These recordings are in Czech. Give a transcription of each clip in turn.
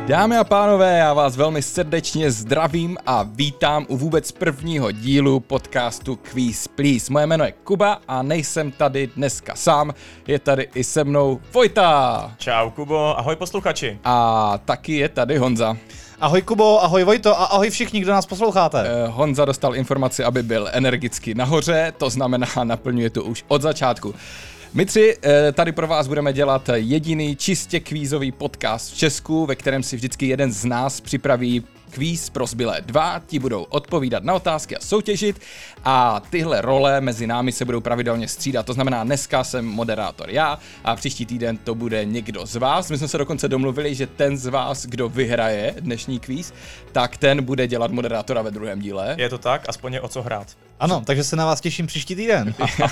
Dámy a pánové, já vás velmi srdečně zdravím a vítám u vůbec prvního dílu podcastu Quiz Please. Moje jméno je Kuba a nejsem tady dneska sám, je tady i se mnou Vojta. Čau Kubo, ahoj posluchači. A taky je tady Honza. Ahoj Kubo, ahoj Vojto a ahoj všichni, kdo nás posloucháte. Honza dostal informaci, aby byl energicky nahoře, to znamená naplňuje to už od začátku. My tři tady pro vás budeme dělat jediný čistě kvízový podcast v Česku, ve kterém si vždycky jeden z nás připraví kvíz pro zbylé dva, ti budou odpovídat na otázky a soutěžit a tyhle role mezi námi se budou pravidelně střídat. To znamená, dneska jsem moderátor já a příští týden to bude někdo z vás. My jsme se dokonce domluvili, že ten z vás, kdo vyhraje dnešní kvíz, tak ten bude dělat moderátora ve druhém díle. Je to tak, aspoň je o co hrát. Ano, takže se na vás těším příští týden.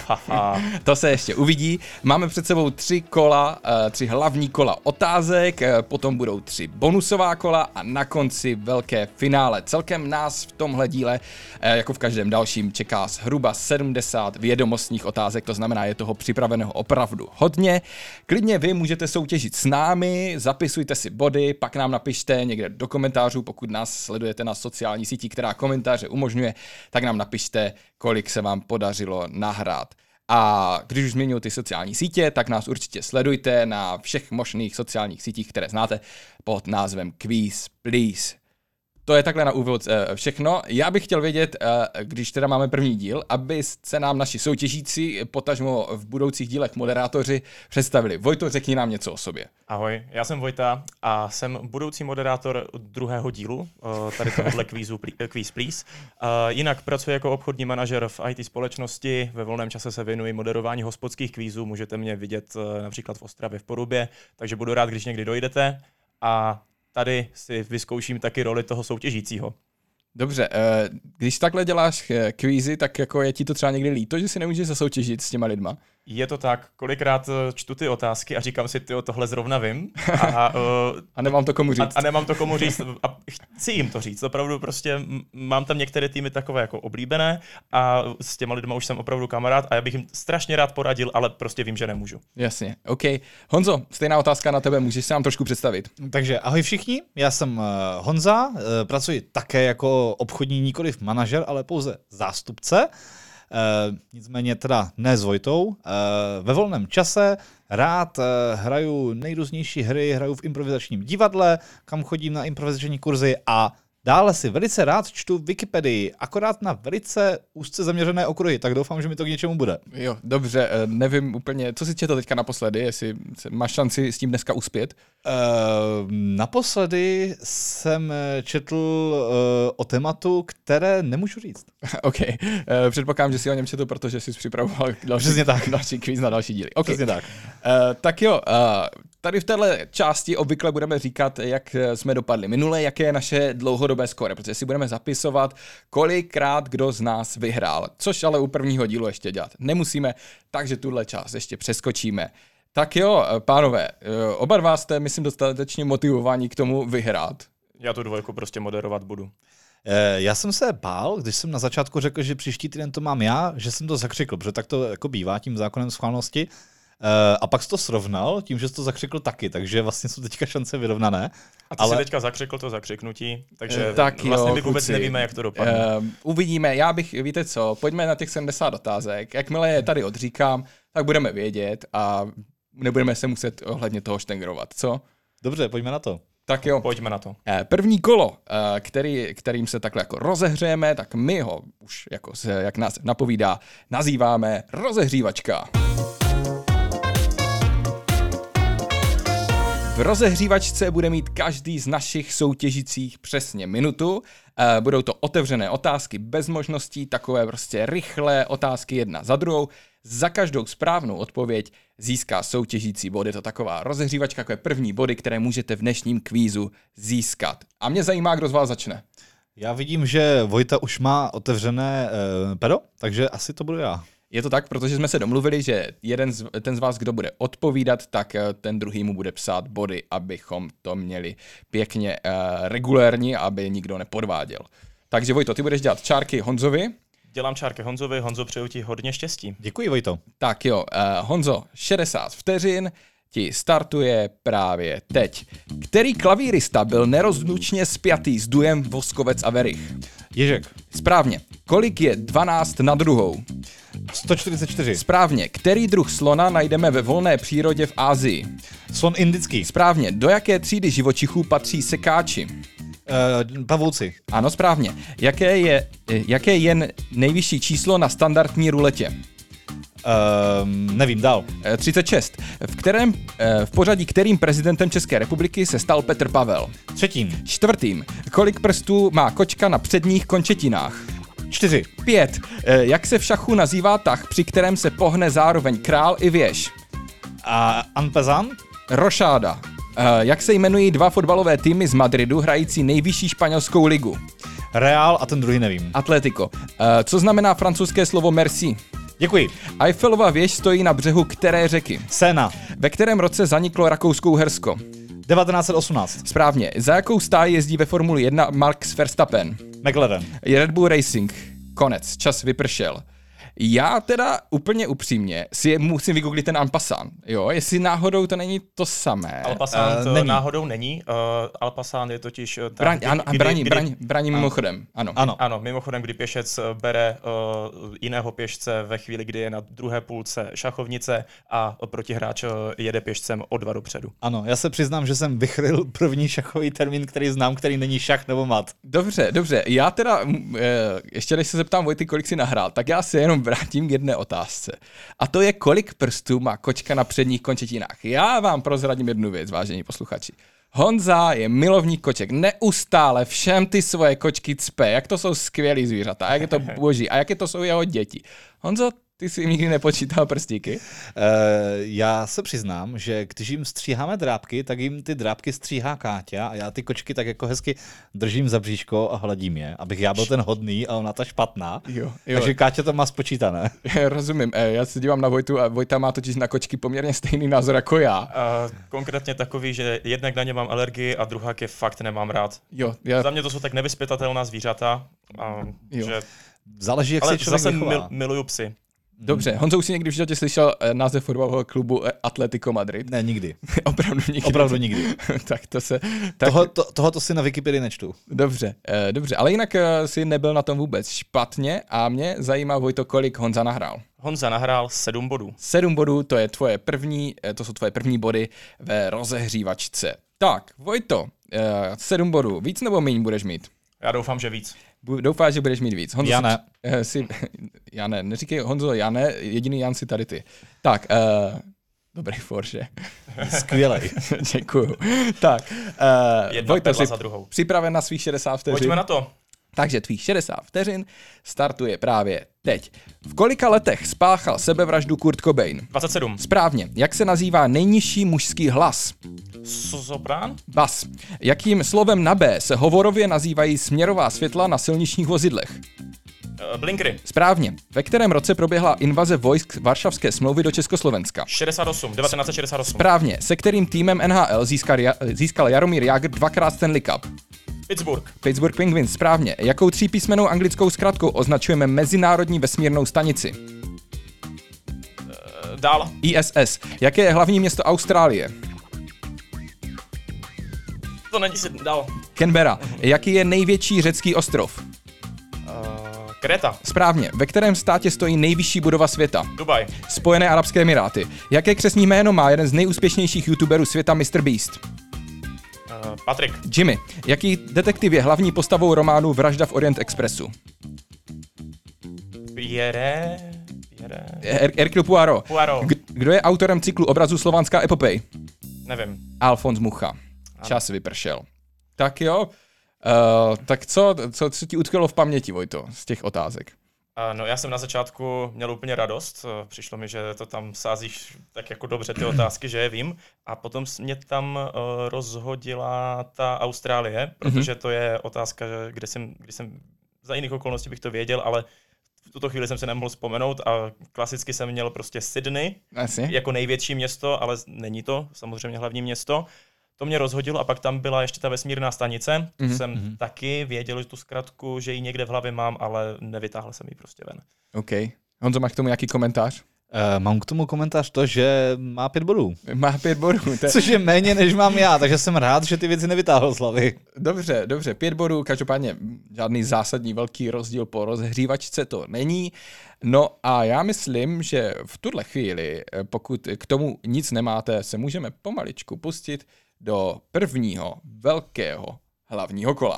To se ještě uvidí. Máme před sebou tři hlavní kola otázek, potom budou 3 bonusová kola a na konci velké finále. Celkem nás v tomhle díle, jako v každém dalším, čeká zhruba 70 vědomostních otázek, to znamená, je toho připraveného opravdu hodně. Klidně vy můžete soutěžit s námi, zapisujte si body, pak nám napište někde do komentářů, pokud nás sledujete na sociální síti, která komentáře umožňuje, tak nám napište, kolik se vám podařilo nahrát. A když už změňuji ty sociální sítě, tak nás určitě sledujte na všech možných sociálních sítích, které znáte, pod názvem Quiz Please. To je takhle na úvod všechno. Já bych chtěl vědět, když teda máme první díl, aby se nám naši soutěžící, potažmo v budoucích dílech moderátoři, představili. Vojto, řekni nám něco o sobě. Ahoj, já jsem Vojta a jsem budoucí moderátor druhého dílu tady tohohle Quiz Please. Jinak pracuji jako obchodní manažer v IT společnosti, ve volném čase se věnuji moderování hospodských kvízů, můžete mě vidět například v Ostravě v Porubě, takže budu rád, když někdy dojdete a tady si vyzkouším taky roli toho soutěžícího. Dobře, když takhle děláš kvízy, tak jako je ti to třeba někdy líto, že si nemůžeš zasoutěžit s těma lidma? Je to tak, kolikrát čtu ty otázky a říkám si, tohle zrovna vím. A nemám to komu říct. A nemám to komu říct a chci jim to říct. Opravdu prostě mám tam některé týmy takové jako oblíbené a s těma lidma už jsem opravdu kamarád a já bych jim strašně rád poradil, ale prostě vím, že nemůžu. Jasně, OK. Honzo, stejná otázka na tebe, můžeš se nám trošku představit? Takže ahoj všichni, já jsem Honza, pracuji také jako obchodní nikoliv manažer, ale pouze zástupce. Nicméně teda ne s Vojtou. Ve volném čase rád hraju nejrůznější hry, hraju v improvizačním divadle, kam chodím na improvizační kurzy a dále si velice rád čtu Wikipedii, akorát na velice úzce zaměřené okruhy, tak doufám, že mi to k něčemu bude. Jo, dobře, nevím úplně, co jsi četl teďka naposledy, jestli máš šanci s tím dneska uspět? Naposledy jsem četl o tématu, které nemůžu říct. OK, předpokládám, že jsi o něm četl, protože jsi připravoval další kvíz na další díly. Okay. Přesně tak. Tak jo, tady v této části obvykle budeme říkat, jak jsme dopadli minule, jaké je naše dlouhodobé skóre, protože si budeme zapisovat, kolikrát kdo z nás vyhrál, což ale u prvního dílu ještě dělat nemusíme, takže tuhle část ještě přeskočíme. Tak jo, pánové, oba dva jste, myslím, dostatečně motivovaní k tomu vyhrát. Já tu dvojku prostě moderovat budu. Já jsem se bál, když jsem na začátku řekl, že příští týden to mám já, že jsem to zakřikl, protože tak to jako bývá tím zákonem schválnosti. A pak jsi to srovnal tím, že jsi to zakřikl taky, takže vlastně jsou teďka šance vyrovnané. A ty jsi teďka zakřikl to zakřiknutí, takže tak vlastně my vůbec nevíme, jak to dopadne. Uvidíme, víte co, pojďme na těch 70 otázek, jakmile je tady odříkám, tak budeme vědět a nebudeme se muset ohledně toho štengrovat, co? Dobře, pojďme na to. Tak jo. Pojďme na to. První kolo, kterým se takhle jako rozehřejeme, tak my ho už, jako jak nás napovídá, nazýváme rozehřívačka. V rozehřívačce bude mít každý z našich soutěžících přesně minutu. Budou to otevřené otázky bez možností, takové prostě rychlé otázky jedna za druhou. Za každou správnou odpověď získá soutěžící bod. Je to taková rozehřívačka, jako je první body, které můžete v dnešním kvízu získat. A mě zajímá, kdo z vás začne. Já vidím, že Vojta už má otevřené pero, takže asi to budu já. Je to tak, protože jsme se domluvili, že ten z vás, kdo bude odpovídat, tak ten druhý mu bude psát body, abychom to měli pěkně regulérní, aby nikdo nepodváděl. Takže Vojto, ty budeš dělat čárky Honzovi. Dělám čárky Honzovi, Honzo, přeju ti hodně štěstí. Děkuji, Vojto. Tak jo, Honzo, 60 vteřin ti startuje právě teď. Který klavírista byl nerozlučně spjatý s duem Voskovec a Werich? Ježek. Správně. Kolik je 12 na druhou? 144. Správně. Který druh slona najdeme ve volné přírodě v Asii? Slon indický. Správně. Do jaké třídy živočichů patří sekáči? Pavouci. Ano, správně. Jaké je nejvyšší číslo na standardní ruletě? Nevím, dál. 36. V pořadí kterým prezidentem České republiky se stal Petr Pavel? 3. 4. Kolik prstů má kočka na předních končetinách? 4. 5. Jak se v šachu nazývá tah, při kterém se pohne zároveň král i věž? A Anpezan? Rošáda. Jak se jmenují dva fotbalové týmy z Madridu hrající nejvyšší španělskou ligu? Real a ten druhý nevím. Atletico. Co znamená francouzské slovo merci? Děkuji. Eiffelova věž stojí na břehu které řeky? Sena. Ve kterém roce zaniklo Rakousko-Uhersko? 1918. Správně. Za jakou stáj jezdí ve Formuli 1 Max Verstappen? McLaren. Red Bull Racing. Konec. Čas vypršel. Já teda úplně upřímně si musím vygooglit ten Alpasán, jo, jestli náhodou to není to samé. Alpasán není. náhodou není. Alpasán je totiž... Braní mimochodem, ano. Ano, mimochodem, kdy pěšec bere jiného pěšce ve chvíli, kdy je na druhé půlce šachovnice a protihráč jede pěšcem o 2 dopředu. Ano, já se přiznám, že jsem vychryl první šachový termín, který znám, který není šach nebo mat. Dobře. Já teda, ještě než se zeptám Vojty, kolik si nahrál, tak já se jenom vrátím k jedné otázce. A to je, kolik prstů má kočka na předních končetinách. Já vám prozradím jednu věc, vážení posluchači. Honza je milovník koček. Neustále všem ty svoje kočky cpe, jak to jsou skvělý zvířata, jak je to boží a jaké to jsou jeho děti. Honzo, ty jsi jim nikdy nepočítal prstíky? Já se přiznám, že když jim stříháme drápky, tak jim ty drápky stříhá Káťa a já ty kočky tak jako hezky držím za bříško a hladím je, abych já byl ten hodný a ona ta špatná. Jo. Takže Káťa to má spočítané. Rozumím. Já se dívám na Vojtu a Vojta má totiž na kočky poměrně stejný názor jako já. Konkrétně takový, že jednak na ně mám alergii a druhá je fakt nemám rád. Jo. Za mě to jsou tak nevyzpytatelná zvířata. Že... Záleží, jak ale se člověk zase vychová. miluju psy. Dobře, Honzo, už jsi někdy v životě slyšel název fotbalového klubu Atletico Madrid? Ne, nikdy. Opravdu nikdy. Tak to se... Tak... Tohoto si na Wikipedii nečtu. Dobře, ale jinak si nebyl na tom vůbec špatně a mě zajímá, Vojto, kolik Honza nahrál. Honza nahrál 7 bodů. 7 bodů, to jsou tvoje první body ve rozehřívačce. Tak, Vojto, 7 bodů, víc nebo méně budeš mít? Já doufám, že víc. Doufáš, že budeš mít víc. Honzo, já ne. Já ne, neříkej Honzo, já ne, jediný Jan si tady ty. Tak, dobrý forše. Skvělej. Děkuju. Tak, Vojto, jsi připraven na svých 60 vteřin? Pojďme na to. Takže tvých 60 vteřin startuje právě teď. V kolika letech spáchal sebevraždu Kurt Cobain? 27. Správně. Jak se nazývá nejnižší mužský hlas? Soprán? Bas. Jakým slovem na B se hovorově nazývají směrová světla na silničních vozidlech? Blinkry. Správně. Ve kterém roce proběhla invaze vojsk Varšavské smlouvy do Československa? 1968. Správně. Se kterým týmem NHL získal Jaromír Jágr 2x Stanley Cup? Pittsburgh Penguins, správně. Jakou 3písmennou anglickou zkratkou označujeme Mezinárodní vesmírnou stanici? Dál. ISS. Jaké je hlavní město Austrálie? To není si dál. Canberra. Jaký je největší řecký ostrov? Kreta. Správně. Ve kterém státě stojí nejvyšší budova světa? Dubaj. Spojené arabské emiráty. Jaké křestní jméno má jeden z nejúspěšnějších youtuberů světa Mr. Patrik. Jimmy. Jaký detektiv je hlavní postavou románu Vražda v Orient Expressu? Hercule Poirot. Kdo je autorem cyklu obrazů Slovanská epopej? Nevím. Alfons Mucha. Čas vypršel. Tak jo. Tak co ti utkvělo v paměti, Vojto, z těch otázek? No, já jsem na začátku měl úplně radost. Přišlo mi, že to tam sázíš tak jako dobře ty otázky, že je vím. A potom mě tam rozhodila ta Austrálie, protože to je otázka, kde jsem za jiných okolností bych to věděl, ale v tuto chvíli jsem se nemohl vzpomenout a klasicky jsem měl prostě Sydney jako největší město, ale není to samozřejmě hlavní město. To mě rozhodilo a pak tam byla ještě ta vesmírná stanice. Jsem taky věděl, že tu zkratku, že ji někde v hlavě mám, ale nevytáhl jsem ji prostě ven. OK. Honzo, máš k tomu nějaký komentář? Mám k tomu komentář to, že má 5 bodů. Má 5 bodů. Což je méně, než mám já, takže jsem rád, že ty věci nevytáhl z hlavy. Dobře, 5 bodů, každopádně žádný zásadní velký rozdíl po rozhřívačce to není. No a já myslím, že v tuhle chvíli, pokud k tomu nic nemáte, se můžeme pomaličku pustit do prvního velkého hlavního kola.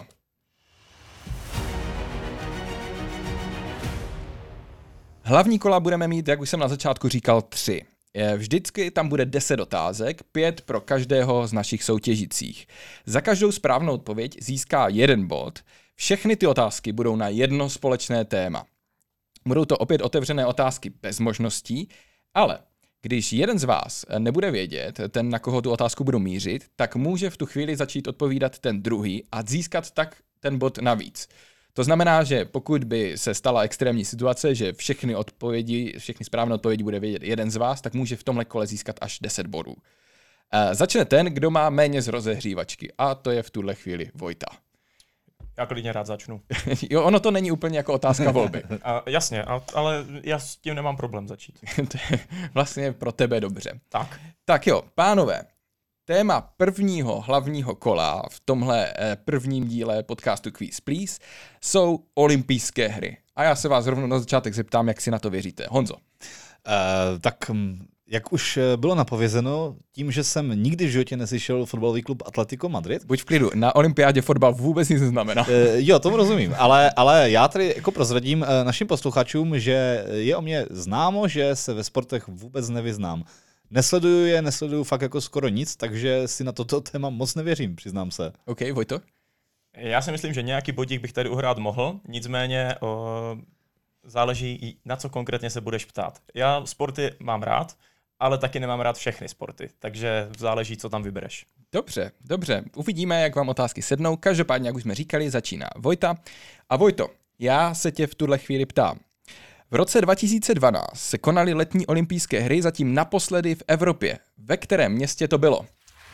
Hlavní kola budeme mít, jak už jsem na začátku říkal, 3. Vždycky tam bude 10 otázek, 5 pro každého z našich soutěžících. Za každou správnou odpověď získá 1 bod. Všechny ty otázky budou na jedno společné téma. Budou to opět otevřené otázky bez možností, ale když jeden z vás nebude vědět, ten, na koho tu otázku budu mířit, tak může v tu chvíli začít odpovídat ten druhý a získat tak ten bod navíc. To znamená, že pokud by se stala extrémní situace, že všechny správné odpovědi bude vědět jeden z vás, tak může v tomhle kole získat až 10 bodů. Začne ten, kdo má méně z rozehřívačky, a to je v tuhle chvíli Vojta. Já klidně rád začnu. Jo, ono to není úplně jako otázka volby. Jasně, ale já s tím nemám problém začít. To je vlastně pro tebe dobře. Tak jo, pánové. Téma prvního hlavního kola v tomhle prvním díle podcastu Quiz Please jsou olympijské hry. A já se vás rovnou na začátek zeptám, jak si na to věříte. Honzo. Tak jak už bylo napovězeno, tím, že jsem nikdy v životě neslyšel fotbalový klub Atletico Madrid. Buď v klidu, na olympiádě fotbal vůbec nic neznamená. Jo, tomu rozumím, ale já tady jako prozradím našim posluchačům, že je o mě známo, že se ve sportech vůbec nevyznám. Nesleduju fakt jako skoro nic, takže si na toto téma moc nevěřím, přiznám se. OK, Vojto? Já si myslím, že nějaký bodík bych tady uhrát mohl, nicméně záleží, na co konkrétně se budeš ptát. Já sporty mám rád, ale taky nemám rád všechny sporty, takže záleží, co tam vybereš. Dobře, uvidíme, jak vám otázky sednou. Každopádně, jak už jsme říkali, začíná Vojta. A Vojto, já se tě v tuhle chvíli ptám. V roce 2012 se konaly letní olympijské hry, zatím naposledy v Evropě. Ve kterém městě to bylo?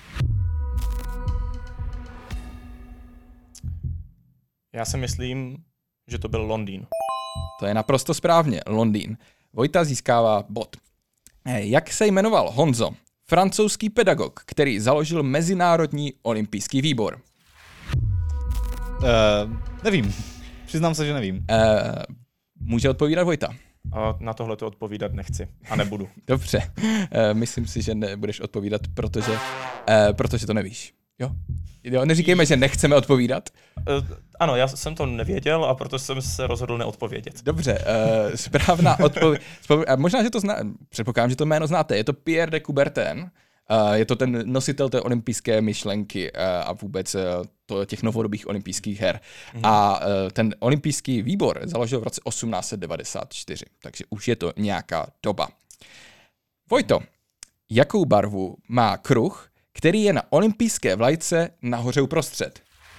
Já si myslím, že to byl Londýn. To je naprosto správně, Londýn. Vojta získává bod. Jak se jmenoval Honzo, francouzský pedagog, který založil Mezinárodní olympijský výbor? Nevím. Přiznám se, že nevím. Může odpovídat Vojta? A na tohle to odpovídat nechci a nebudu. Dobře, myslím si, že nebudeš odpovídat, protože to nevíš. Jo, neříkejme, že nechceme odpovídat. Ano, já jsem to nevěděl a proto jsem se rozhodl neodpovědět. Dobře, správná odpověď. Možná, že to předpokládám, že to jméno znáte. Je to Pierre de Coubertin. Je to ten nositel té olympijské myšlenky a vůbec těch novodobých olympijských her. A ten olympijský výbor založil v roce 1894, takže už je to nějaká doba. Vojto, jakou barvu má kruh, který je na olympijské vlajce nahoře uprostřed?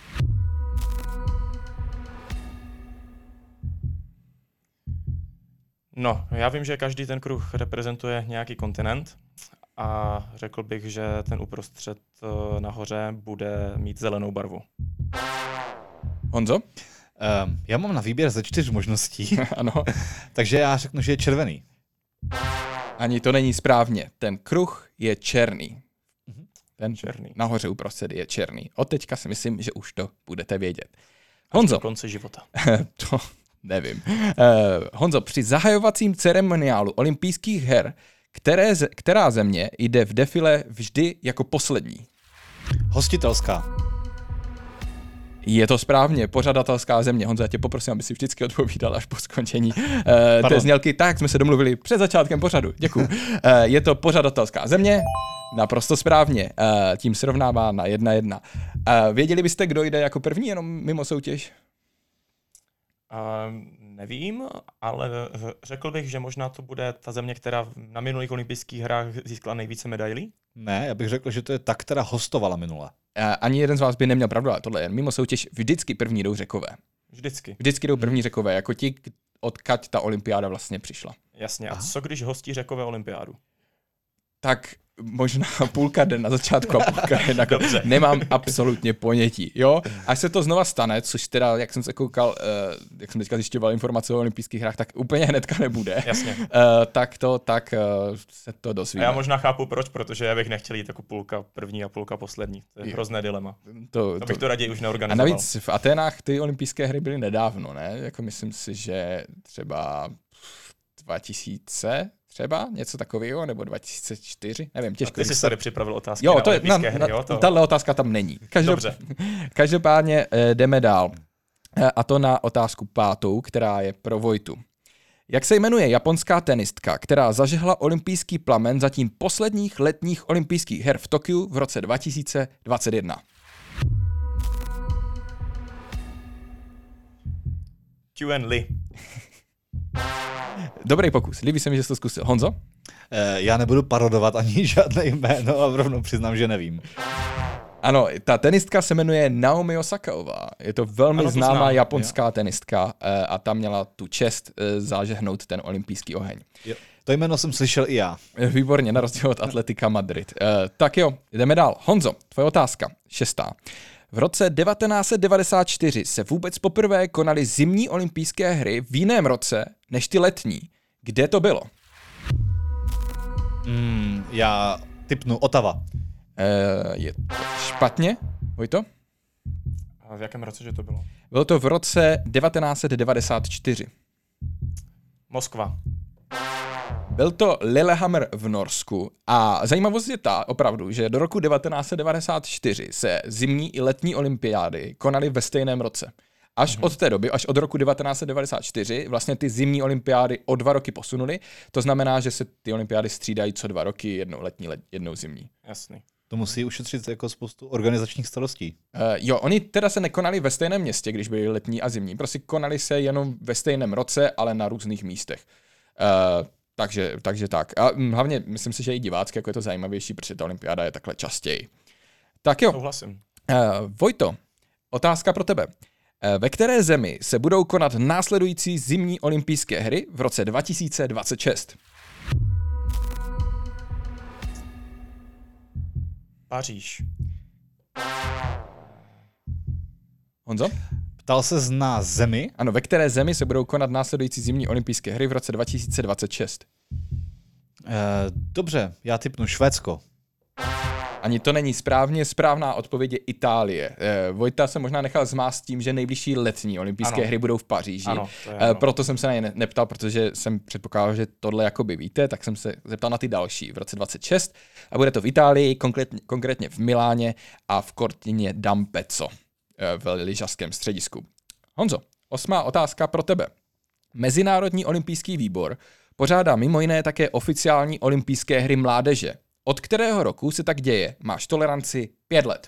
No, já vím, že každý ten kruh reprezentuje nějaký kontinent a řekl bych, že ten uprostřed nahoře bude mít zelenou barvu. Honzo? Já mám na výběr ze 4 možností. Ano. Takže já řeknu, že je červený. Ani to není správně. Ten kruh je černý. Ten černý. Nahoře uprostřed je černý. Od teďka si myslím, že už to budete vědět. Honzo. Až do konce života. To nevím. Honzo, při zahajovacím ceremoniálu olympijských her, která země jde v defile vždy jako poslední? Hostitelská. Je to správně, pořadatelská země. Honzo, já tě poprosím, aby si vždycky odpovídal až po skončení té znělky. Tak jsme se domluvili před začátkem pořadu. Děkuju. Je to pořadatelská země, naprosto správně. Tím srovnává na 1-1. Věděli byste, kdo jde jako první, jenom mimo soutěž? Nevím, ale řekl bych, že možná to bude ta země, která na minulých olympijských hrách získala nejvíce medailí. Ne, já bych řekl, že to je ta, která hostovala minule. Ani jeden z vás by neměl pravdu, ale tohle je mimo soutěž. Vždycky první jdou Řekové. Vždycky jdou první Řekové, jako ti, odkud ta olympiáda vlastně přišla. Jasně, a co když hostí Řekové olympiádu? Tak možná půlka den na začátku a půlka den na konci. Nemám absolutně ponětí, jo. Až se to znova stane, což teda, jak jsem se koukal, jak jsem teďka zjišťoval informace o olympijských hrách, tak úplně hnedka nebude. Jasně. Tak se to dozvíme. A já možná chápu proč, protože já bych nechtěl jít jako půlka první a půlka poslední. To je hrozné dilema. To bych to raději už neorganizoval. A navíc v Aténách ty olympijské hry byly nedávno, ne? Jako myslím si, že třeba 2000 třeba, něco takového, nebo 2004, nevím, těžko. A ty jsi tady připravil otázky jo, na to je, olympijské hry, jo? Tahle otázka tam není. Dobře. Každopádně jdeme dál. A to na otázku 5, která je pro Vojtu. Jak se jmenuje japonská tenistka, která zažehla olympijský plamen zatím posledních letních olympijských her v Tokiu v roce 2021? Qian Li. Dobrý pokus. Líbí se mi, že jsi to zkusil. Honzo? Já nebudu parodovat ani žádné jméno a rovnou přiznám, že nevím. Ano, ta tenistka se jmenuje Naomi Osakaová. Je to velmi známá japonská tenistka a ta měla tu čest zažehnout ten olympijský oheň. Jo. To jméno jsem slyšel i já. Výborně, na rozdíl od Atletika Madrid. Tak jo, jdeme dál. Honzo, tvoje otázka, 6. V roce 1994 se vůbec poprvé konaly zimní olympijské hry v jiném roce než ty letní. Kde to bylo? Já tipnu Ottawa. Je to špatně, Vojto? A v jakém roce, že to bylo? Bylo to v roce 1994. Moskva. Byl to Lillehammer v Norsku a zajímavost je ta opravdu, že do roku 1994 se zimní i letní olympiády konaly ve stejném roce. Až od té doby, až od roku 1994, vlastně ty zimní olympiády o 2 roky posunuly, to znamená, že se ty olympiády střídají co 2 roky, jednou letní, jednou zimní. Jasný. To musí ušetřit jako spoustu organizačních starostí. Jo, oni teda se nekonali ve stejném městě, když byly letní a zimní, prostě konali se jenom ve stejném roce, ale na různých místech. Takže tak. A hlavně myslím si, že i divácky jako je to zajímavější, protože ta olympiáda je takhle častěji. Tak jo. Souhlasím. Vojto, otázka pro tebe. Ve které zemi se budou konat následující zimní olympijské hry v roce 2026? Paříž. Honzo? Ptal se na zemi? Ano, ve které zemi se budou konat následující zimní olympijské hry v roce 2026? Dobře, já tipnu Švédsko. Ani to není správně, správná odpověď je Itálie. Vojta se možná nechal zmást tím, že nejbližší letní olympijské hry budou v Paříži. Ano, proto jsem se na ně neptal, protože jsem předpokládal, že tohle jakoby víte, tak jsem se zeptal na ty další v roce 26 a bude to v Itálii, konkrétně v Miláně a v Cortině d'Ampezzo v lyžařském středisku. Honzo, 8. otázka pro tebe. Mezinárodní olympijský výbor pořádá mimo jiné také oficiální olympijské hry mládeže. Od kterého roku se tak děje? Máš toleranci 5 let.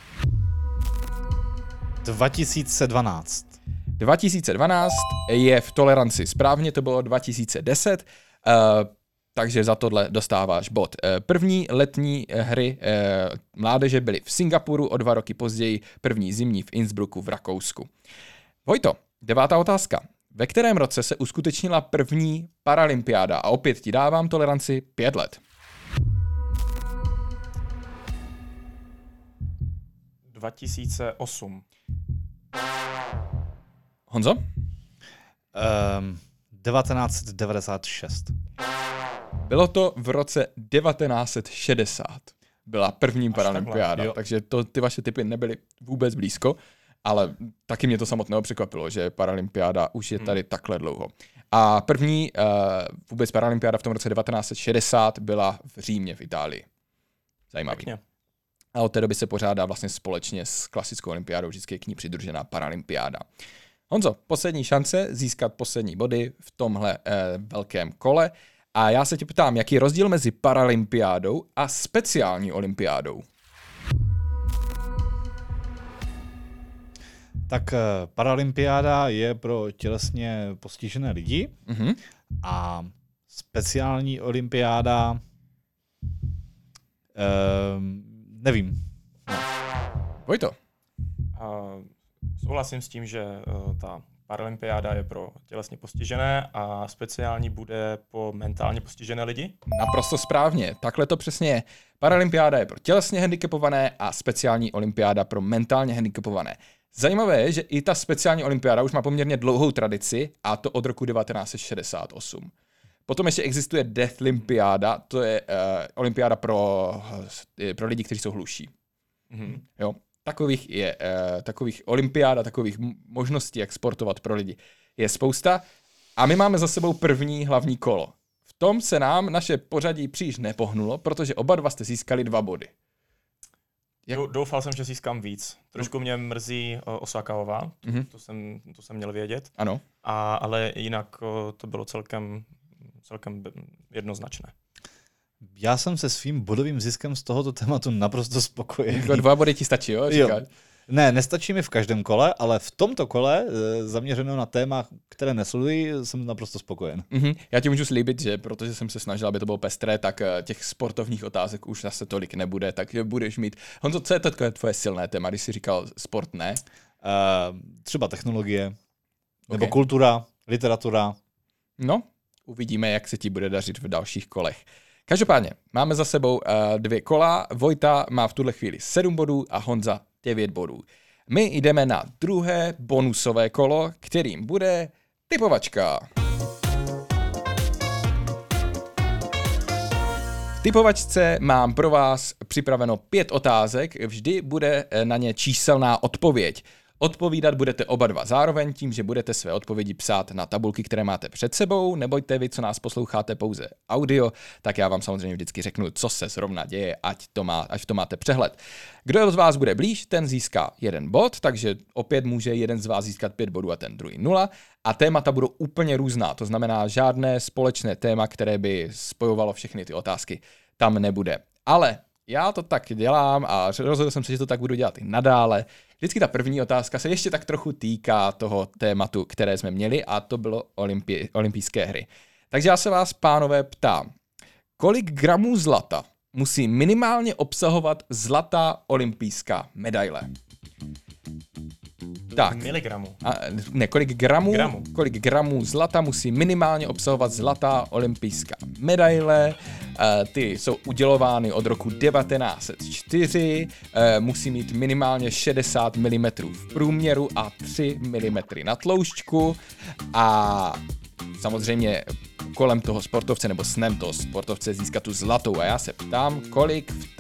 2012. 2012 je v toleranci správně, to bylo 2010, takže za tohle dostáváš bod. První letní hry mládeže byly v Singapuru, o 2 roky později první zimní v Innsbrucku v Rakousku. Vojto, 9. otázka. Ve kterém roce se uskutečnila první paralympiáda? A opět ti dávám toleranci 5 let. 2008. Honzo? 1996. Bylo to v roce 1960. Byla první paralympiáda, takže ty vaše tipy nebyly vůbec blízko, ale taky mě to samotného překvapilo, že paralympiáda už je tady takhle dlouho. A první vůbec paralympiáda v tom roce 1960 byla v Římě v Itálii. Zajímavý. Pěkně. A od té doby se pořádá vlastně společně s klasickou olympiádou, vždycky je k ní přidružená paralympiáda. Honzo, poslední šance získat poslední body v tomhle velkém kole. A já se tě ptám, jaký je rozdíl mezi paralympiádou a speciální olympiádou? Tak paralympiáda je pro tělesně postižené lidi a speciální olympiáda nevím. Vojto. Souhlasím s tím, že ta Paralympiáda je pro tělesně postižené a speciální bude po mentálně postižené lidi? Naprosto správně, takhle to přesně je. Paralympiáda je pro tělesně handicapované a speciální olympiáda pro mentálně handicapované. Zajímavé je, že i ta speciální olympiáda už má poměrně dlouhou tradici, a to od roku 1968. Potom ještě existuje Deaflympiáda, to je olympiáda pro lidi, kteří jsou hluší. Mhm. Jo? Takových olympiád a takových možností, jak sportovat pro lidi, je spousta. A my máme za sebou první hlavní kolo. V tom se nám naše pořadí příliš nepohnulo, protože oba dva jste získali 2 body. Doufal jsem, že získám víc. Trošku mě mrzí Osakaová, to jsem měl vědět. Ano. Ale jinak to bylo celkem jednoznačné. Já jsem se svým bodovým ziskem z tohoto tématu naprosto spokojený. 2 body ti stačí, jo? Jo. Ne, nestačí mi v každém kole, ale v tomto kole, zaměřeno na téma, které nesleduji, jsem naprosto spokojen. Já ti můžu slíbit, že protože jsem se snažil, aby to bylo pestré, tak těch sportovních otázek už zase tolik nebude, takže budeš mít... Honzo, co je to tvoje silné téma, když jsi říkal sport, ne? Třeba technologie, nebo kultura, literatura. No, uvidíme, jak se ti bude dařit v dalších kolech. Každopádně, máme za sebou 2 kola, Vojta má v tuhle chvíli 7 bodů a Honza 9 bodů. My jdeme na druhé bonusové kolo, kterým bude typovačka. V typovačce mám pro vás připraveno 5 otázek, vždy bude na ně číselná odpověď. Odpovídat budete oba dva zároveň tím, že budete své odpovědi psát na tabulky, které máte před sebou. Nebojte vy, co nás posloucháte pouze audio, tak já vám samozřejmě vždycky řeknu, co se zrovna děje, ať to máte přehled. Kdo z vás bude blíž, ten získá 1 bod, takže opět může jeden z vás získat 5 bodů a ten druhý 0. A témata budou úplně různá, to znamená žádné společné téma, které by spojovalo všechny ty otázky, tam nebude. Ale já to tak dělám a rozhodl jsem se, že to tak budu dělat i nadále. Vždycky ta první otázka se ještě tak trochu týká toho tématu, které jsme měli, a to bylo olympijské hry. Takže já se vás, pánové, ptám, kolik gramů zlata musí minimálně obsahovat zlatá olympijská medaile? Tak. Miligramů. Kolik gramů zlata musí minimálně obsahovat zlatá olympijská medaile. Ty jsou udělovány od roku 1904, musí mít minimálně 60 mm v průměru a 3 mm na tloušťku a samozřejmě kolem toho sportovce nebo snem toho sportovce získat tu zlatou. A já se ptám, kolik v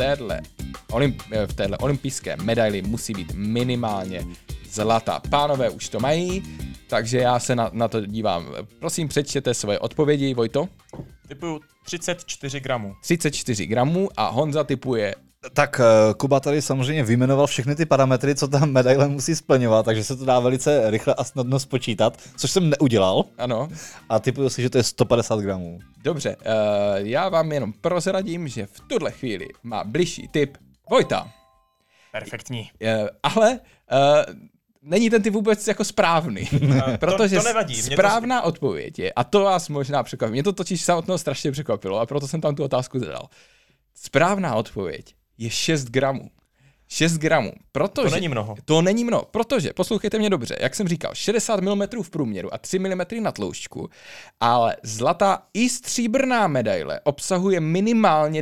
téhle olympijské medaili musí být minimálně zlata. Pánové už to mají, takže já se na to dívám. Prosím, přečtěte svoje odpovědi, Vojto. Typuju 34 gramů. 34 gramů a Honza typuje... Tak Kuba tady samozřejmě vyjmenoval všechny ty parametry, co ta medaile musí splňovat, takže se to dá velice rychle a snadno spočítat, což jsem neudělal. Ano. A typuju si, že to je 150 gramů. Dobře, já vám jenom prozradím, že v tuhle chvíli má bližší tip Vojta. Perfektní. Ale není ten typ vůbec jako správný. Protože to nevadí. Správná odpověď je, a to vás možná překvapí, mě to totiž samotného strašně překvapilo a proto jsem tam tu otázku zadal. Správná odpověď je 6 gramů. 6 gramů, protože... To není mnoho. To není mnoho, protože, poslouchejte mě dobře, jak jsem říkal, 60 mm v průměru a 3 mm na tloušťku, ale zlatá i stříbrná medaile obsahuje minimálně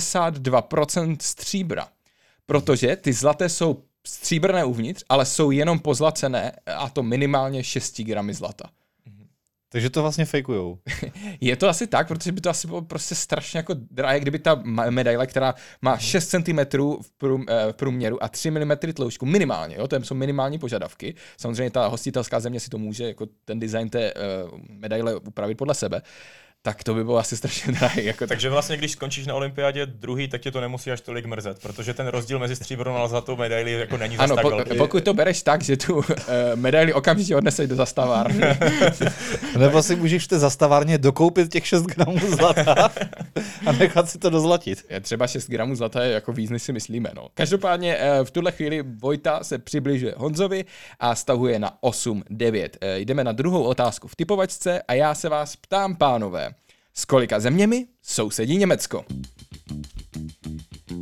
92% stříbra. Protože ty zlaté jsou stříbrné uvnitř, ale jsou jenom pozlacené a to minimálně 6 gramy zlata. Takže to vlastně fejkujou. Je to asi tak, protože by to asi bylo prostě strašně jako drahé, kdyby ta medaile, která má 6 cm v průměru a 3 mm tloušťku, minimálně, jo, to jsou minimální požadavky. Samozřejmě ta hostitelská země si to může jako ten design té medaile upravit podle sebe. Tak to by bylo asi strašně drahé. Jako takže vlastně, když skončíš na olympiádě druhý, tak tě to nemusí až tolik mrzet, protože ten rozdíl mezi stříbrnou a zlatou medaili jako není zas tak velký. Pokud to bereš tak, že tu medaili okamžitě odneseš do zastavárny. Nebo si můžeš v té zastavárně dokoupit těch 6 gramů zlata a nechat si to dozlatit. Třeba 6 gramů zlata je jako víc, než si myslíme. No. Každopádně v tuhle chvíli Vojta se přibližuje Honzovi a stahuje na 8-9. Jdeme na druhou otázku v typovačce a já se vás ptám, pánové, s kolika zeměmi sousedí Německo?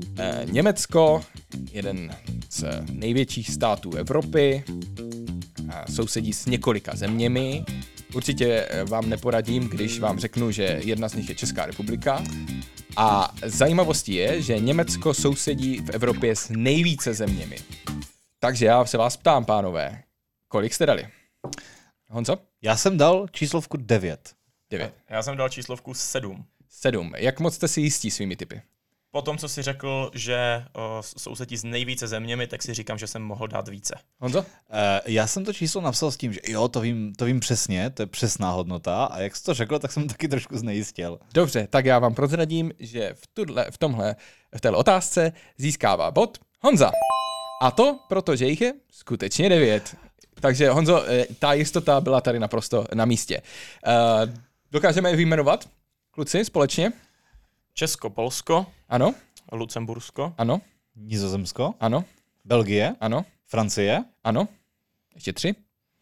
Německo, jeden z největších států Evropy, sousedí s několika zeměmi. Určitě vám neporadím, když vám řeknu, že jedna z nich je Česká republika. A zajímavostí je, že Německo sousedí v Evropě s nejvíce zeměmi. Takže já se vás ptám, pánové, kolik jste dali? Honzo? Já jsem dal číslovku 9. 9. Já jsem dal číslovku 7. 7. Jak moc jste si jistí svými typy? Po tom, co jsi řekl, že sousedí s nejvíce zeměmi, tak si říkám, že jsem mohl dát více. Honzo? Já jsem to číslo napsal s tím, že jo, to vím přesně, to je přesná hodnota a jak jsi to řekl, tak jsem taky trošku znejistil. Dobře, tak já vám prozradím, že v téhle otázce získává bod Honza. A to, protože jich je skutečně 9. Takže Honzo, ta jistota byla tady naprosto na místě. Dokážeme je vyjmenovat, kluci, společně? Česko, Polsko, Ano, Lucembursko, ano, Nizozemsko, ano, Belgie, ano, Francie, ano. Ještě 3.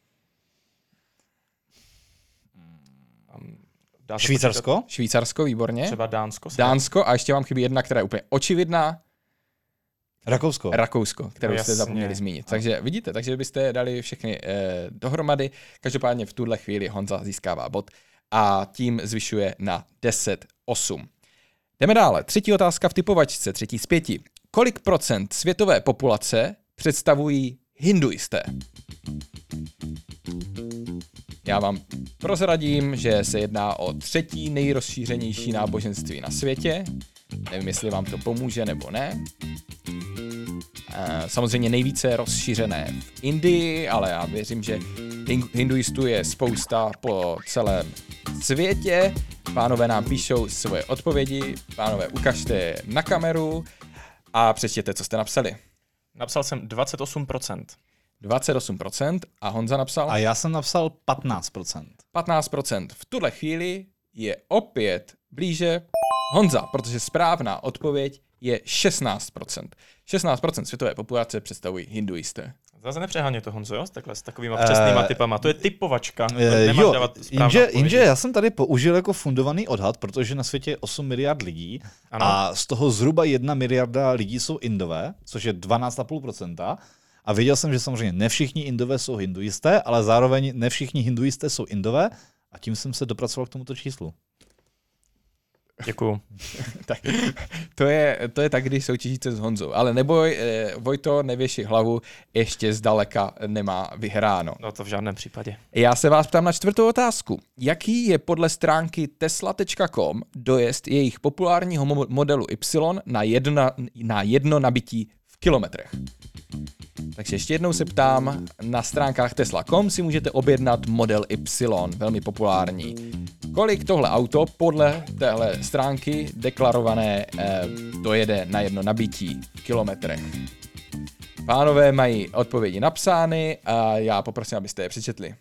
dá se Švýcarsko, Švýcarsko, výborně. třeba Dánsko. Dánsko a ještě vám chybí jedna, která je úplně očividná. Rakousko. Rakousko, kterou jste Jasně. zapomněli zmínit. Takže vidíte, takže byste dali všechny dohromady. Každopádně v tuhle chvíli Honza získává bod a tím zvyšuje na 10-8. Jdeme dále. Třetí otázka v typovačce, třetí z 5. Kolik procent světové populace představují hinduisté? Já vám prozradím, že se jedná o třetí nejrozšířenější náboženství na světě. Nevím, jestli vám to pomůže nebo ne. Samozřejmě nejvíce rozšířené v Indii, ale já věřím, že hinduistů je spousta po celém světě. Pánové nám píšou svoje odpovědi. Pánové, ukažte je na kameru a přečtěte, co jste napsali. Napsal jsem 28%. 28% a Honza napsal? A já jsem napsal 15%. 15%. V tuhle chvíli je opět blíže Honza, protože správná odpověď je 16%. 16% světové populace představují hinduisté. Zase nepřeháně to, Honzo, jo? Takhle s takovýma přesnýma typama. To je typovačka. Jo, dávat správnou jenže já jsem tady použil jako fundovaný odhad, protože na světě je 8 miliard lidí a z toho zhruba 1 miliarda lidí jsou Indové, což je 12,5%. A věděl jsem, že samozřejmě ne všichni Indové jsou hinduisté, ale zároveň ne všichni hinduisté jsou Indové a tím jsem se dopracoval k tomuto číslu. Děkuju. Tak, to je tak, když soutěžíte s Honzou. Ale neboj, Vojto, nevěši hlavu, ještě zdaleka nemá vyhráno. No to v žádném případě. Já se vás ptám na čtvrtou otázku. Jaký je podle stránky tesla.com dojezd jejich populárního modelu Y na jedno nabití v kilometrech? Takže ještě jednou se ptám, na stránkách tesla.com si můžete objednat model Y, velmi populární. Kolik tohle auto podle téhle stránky deklarované dojede na jedno nabití v kilometrech? Pánové mají odpovědi napsány a já poprosím, abyste je přečetli.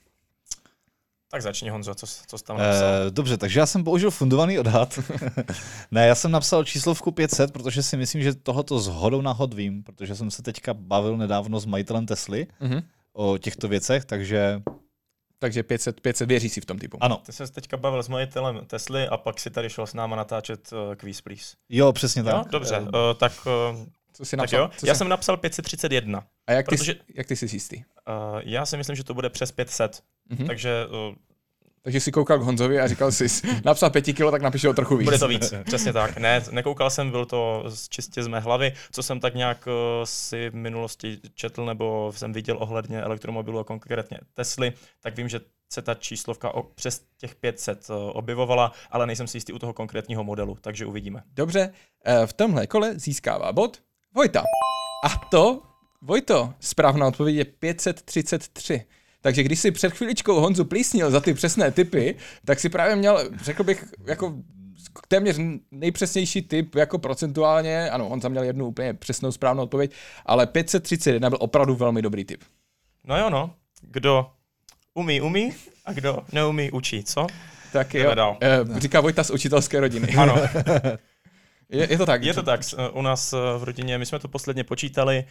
Tak začni, Honzo, co jsi tam napsal? Dobře, takže já jsem použil fundovaný odhad. Ne, já jsem napsal číslovku 500, protože si myslím, že tohoto shodou náhod vím, protože jsem se teďka bavil nedávno s majitelem Tesly o těchto věcech, takže... Takže 500 věří si v tom typu. Ano. Ty jsi teďka bavil s majitelem Tesly a pak si tady šel s náma natáčet Quiz Please. Jo, přesně tak. Jo, dobře, tak... Co jsi Tak napsal? jo, já jsem napsal 531. A jak protože- jak ty jsi jistý? Já si myslím, že to bude přes 500. Takže Takže si koukal k Honzovi a říkal jsi, napsal 5 kilo, tak napíšu o trochu víc. bude to víc. Přesně tak. Ne, nekoukal jsem, byl to čistě z mé hlavy, co jsem tak nějak si v minulosti četl nebo jsem viděl ohledně elektromobilu a konkrétně Tesly, tak vím, že se ta číslovka přes těch 500 objevovala, ale nejsem si jistý u toho konkrétního modelu, takže uvidíme. Dobře, v tomhle kole získává bod Vojta. A to, Vojto, správná odpověď je 533. Takže když si před chvíličkou Honzu plísnil za ty přesné typy, tak si právě měl, řekl bych, jako téměř nejpřesnější typ jako procentuálně. Ano, Honza měl jednu úplně přesnou správnou odpověď, ale 531 byl opravdu velmi dobrý typ. No jo, no. Kdo umí a kdo neumí, učí, co? Tak jo, říká Vojta z učitelské rodiny. Ano. Je to tak? Je to tak. U nás v rodině, my jsme to posledně počítali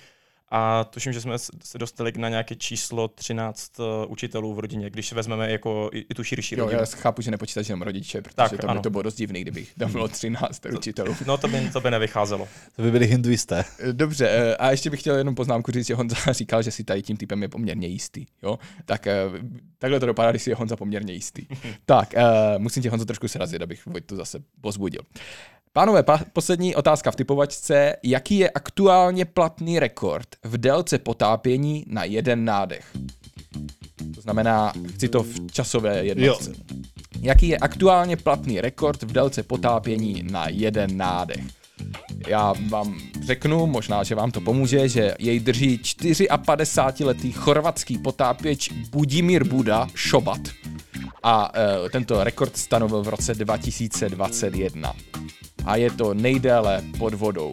a tuším, že jsme se dostali na nějaké číslo 13 učitelů v rodině, když vezmeme jako i tu širší rodinu. Já chápu, že nepočítáš jenom rodiče, protože tak, to bylo dost divný, kdybych tam bylo 13 učitelů. No to by nevycházelo. To by byli hinduisté. Dobře, a ještě bych chtěl jenom poznámku říct, že Honza říkal, že si tady tím typem je poměrně jistý. Jo? Tak takhle to dopadá, když si je Honza poměrně jistý. Tak, musím tě, Honzo, trošku srazit, abych Vojtu zase pozbudil. Pánové, poslední otázka v typovačce. Jaký je aktuálně platný rekord v délce potápění na jeden nádech? To znamená, chci to v časové jednotce. Jaký je aktuálně platný rekord v délce potápění na jeden nádech? Já vám řeknu, možná, že vám to pomůže, že jej drží 54letý chorvatský potápěč Budimir Buda Šobat. A tento rekord stanovil v roce 2021. A je to nejdéle pod vodou.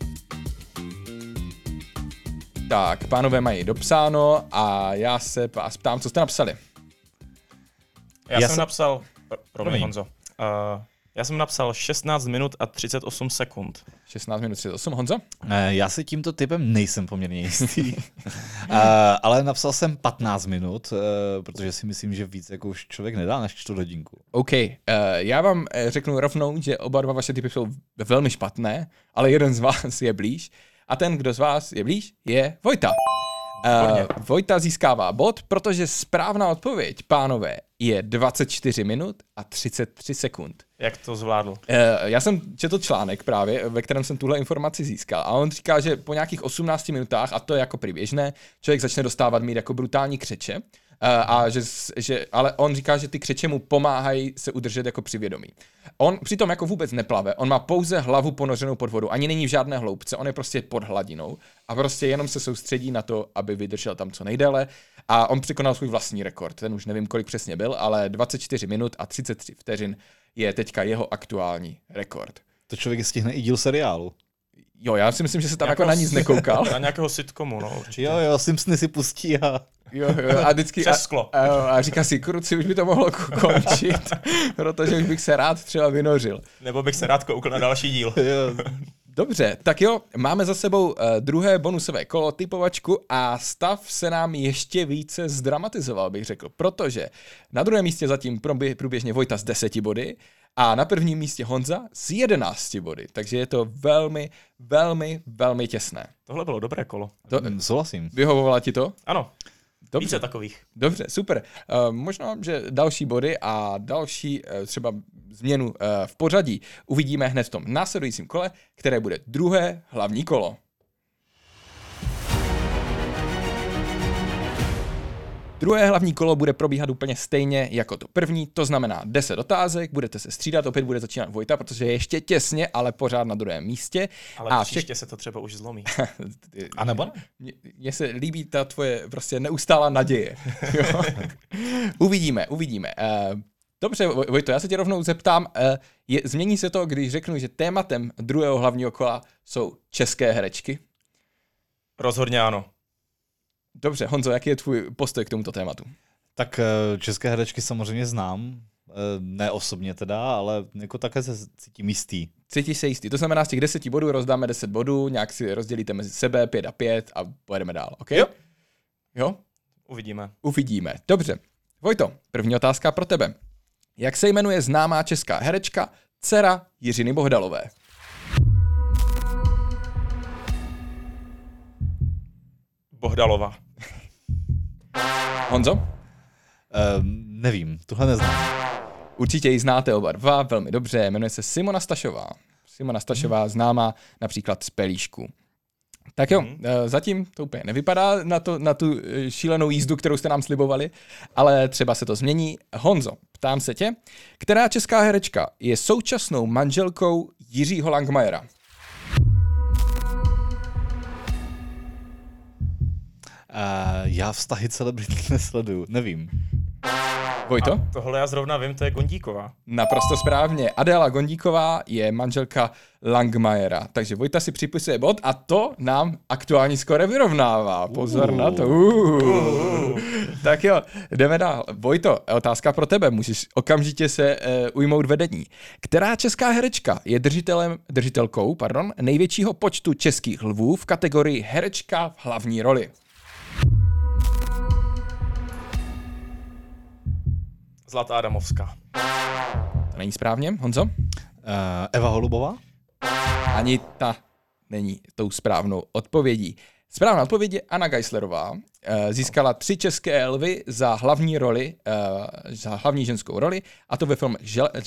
Tak, pánové mají dopsáno a já se vás ptám, co jste napsali. Já jsem napsal, promiň Honzo, já jsem napsal 16 minut a 38 sekund. 16 minut 38, Honzo? Já si tímto typem nejsem poměrně jistý. Ale napsal jsem 15 minut, protože si myslím, že víc jako už člověk nedá než 4 hodinku. OK, já vám řeknu rovnou, že oba dva vaše typy jsou velmi špatné, ale jeden z vás je blíž. A ten, kdo z vás je blíž, je Vojta. Vojta získává bod, protože správná odpověď, pánové, je 24 minut a 33 sekund. Jak to zvládl? Já jsem četl článek právě, ve kterém jsem tuhle informaci získal. A on říká, že po nějakých 18 minutách, a to je jako prý běžné, člověk začne dostávat mít jako brutální křeče. Ale on říká, že ty křeče mu pomáhají se udržet jako při vědomí. On přitom jako vůbec neplave, on má pouze hlavu ponořenou pod vodu, ani není v žádné hloubce, on je prostě pod hladinou a prostě jenom se soustředí na to, aby vydržel tam co nejdéle a on překonal svůj vlastní rekord, ten už nevím, kolik přesně byl, ale 24 minut a 33 vteřin je teďka jeho aktuální rekord. To člověk stihne i díl seriálu. Jo, já si myslím, že se tam jako na nic nekoukal. Na nějakého sitcomu, no určitě. Jo, Simpsony si pustí a... Jo, a vždycky... Přes sklo. A říká si, kruci, už by to mohlo končit, protože už bych se rád třeba vynořil. Nebo bych se rád koukl na další díl. Dobře, tak jo, máme za sebou druhé bonusové kolo, typovačku a stav se nám ještě více zdramatizoval, bych řekl, protože na druhém místě zatím průběžně Vojta s 10 body a na prvním místě Honza s 11 body, takže je to velmi, velmi, velmi těsné. Tohle bylo dobré kolo. Souhlasím. Vyhovovala ti to? Ano. Dobře. Více takových. Dobře, super. Možná, že další body a další třeba změnu v pořadí uvidíme hned v tom následujícím kole, které bude druhé hlavní kolo. Druhé hlavní kolo bude probíhat úplně stejně jako to první, to znamená 10 otázek, budete se střídat, opět bude začínat Vojta, protože je ještě těsně, ale pořád na druhém místě. Ale příště se to třeba už zlomí. A nebo ne? Mně se líbí ta tvoje prostě neustálá naděje. Uvidíme. Dobře, Vojto, já se tě rovnou zeptám, změní se to, když řeknu, že tématem druhého hlavního kola jsou české herečky? Rozhodně ano. Dobře, Honzo, jaký je tvůj postoj k tomuto tématu? Tak české herečky samozřejmě znám, ne osobně teda, ale jako také se cítím jistý. Cítíš se jistý, to znamená, z těch 10 bodů rozdáme 10 bodů, nějak si rozdělíte mezi sebe 5 a 5 a pojedeme dál, ok? Jo? Uvidíme. Dobře. Vojto, první otázka pro tebe. Jak se jmenuje známá česká herečka, dcera Jiřiny Bohdalové? Bohdalova. Honzo? Nevím, tuhle neznám. Určitě ji znáte oba dva velmi dobře, jmenuje se Simona Stašová. Simona Stašová známá například z Pelíšku. Tak jo, zatím to úplně nevypadá na tu šílenou jízdu, kterou jste nám slibovali, ale třeba se to změní. Honzo, ptám se tě, která česká herečka je současnou manželkou Jiřího Langmajera? Já vztahy celebrit nesleduju, nevím. Vojto? A tohle já zrovna vím, to je Gondíková. Naprosto správně. Adéla Gondíková je manželka Langmajera. Takže Vojta si připisuje bod a to nám aktuální skóre vyrovnává. Pozor na to. Tak jo, jdeme dál. Vojto, otázka pro tebe. Můžeš okamžitě se ujmout vedení. Která česká herečka je držitelkou největšího počtu českých lvů v kategorii herečka v hlavní roli? Zlatá Adamovská. To není správně, Honzo? Eva Holubová? Ani ta není tou správnou odpovědí. Správná odpověď je Anna Geislerová. Získala 3 české lvy za hlavní roli, za hlavní ženskou roli, a to ve filmech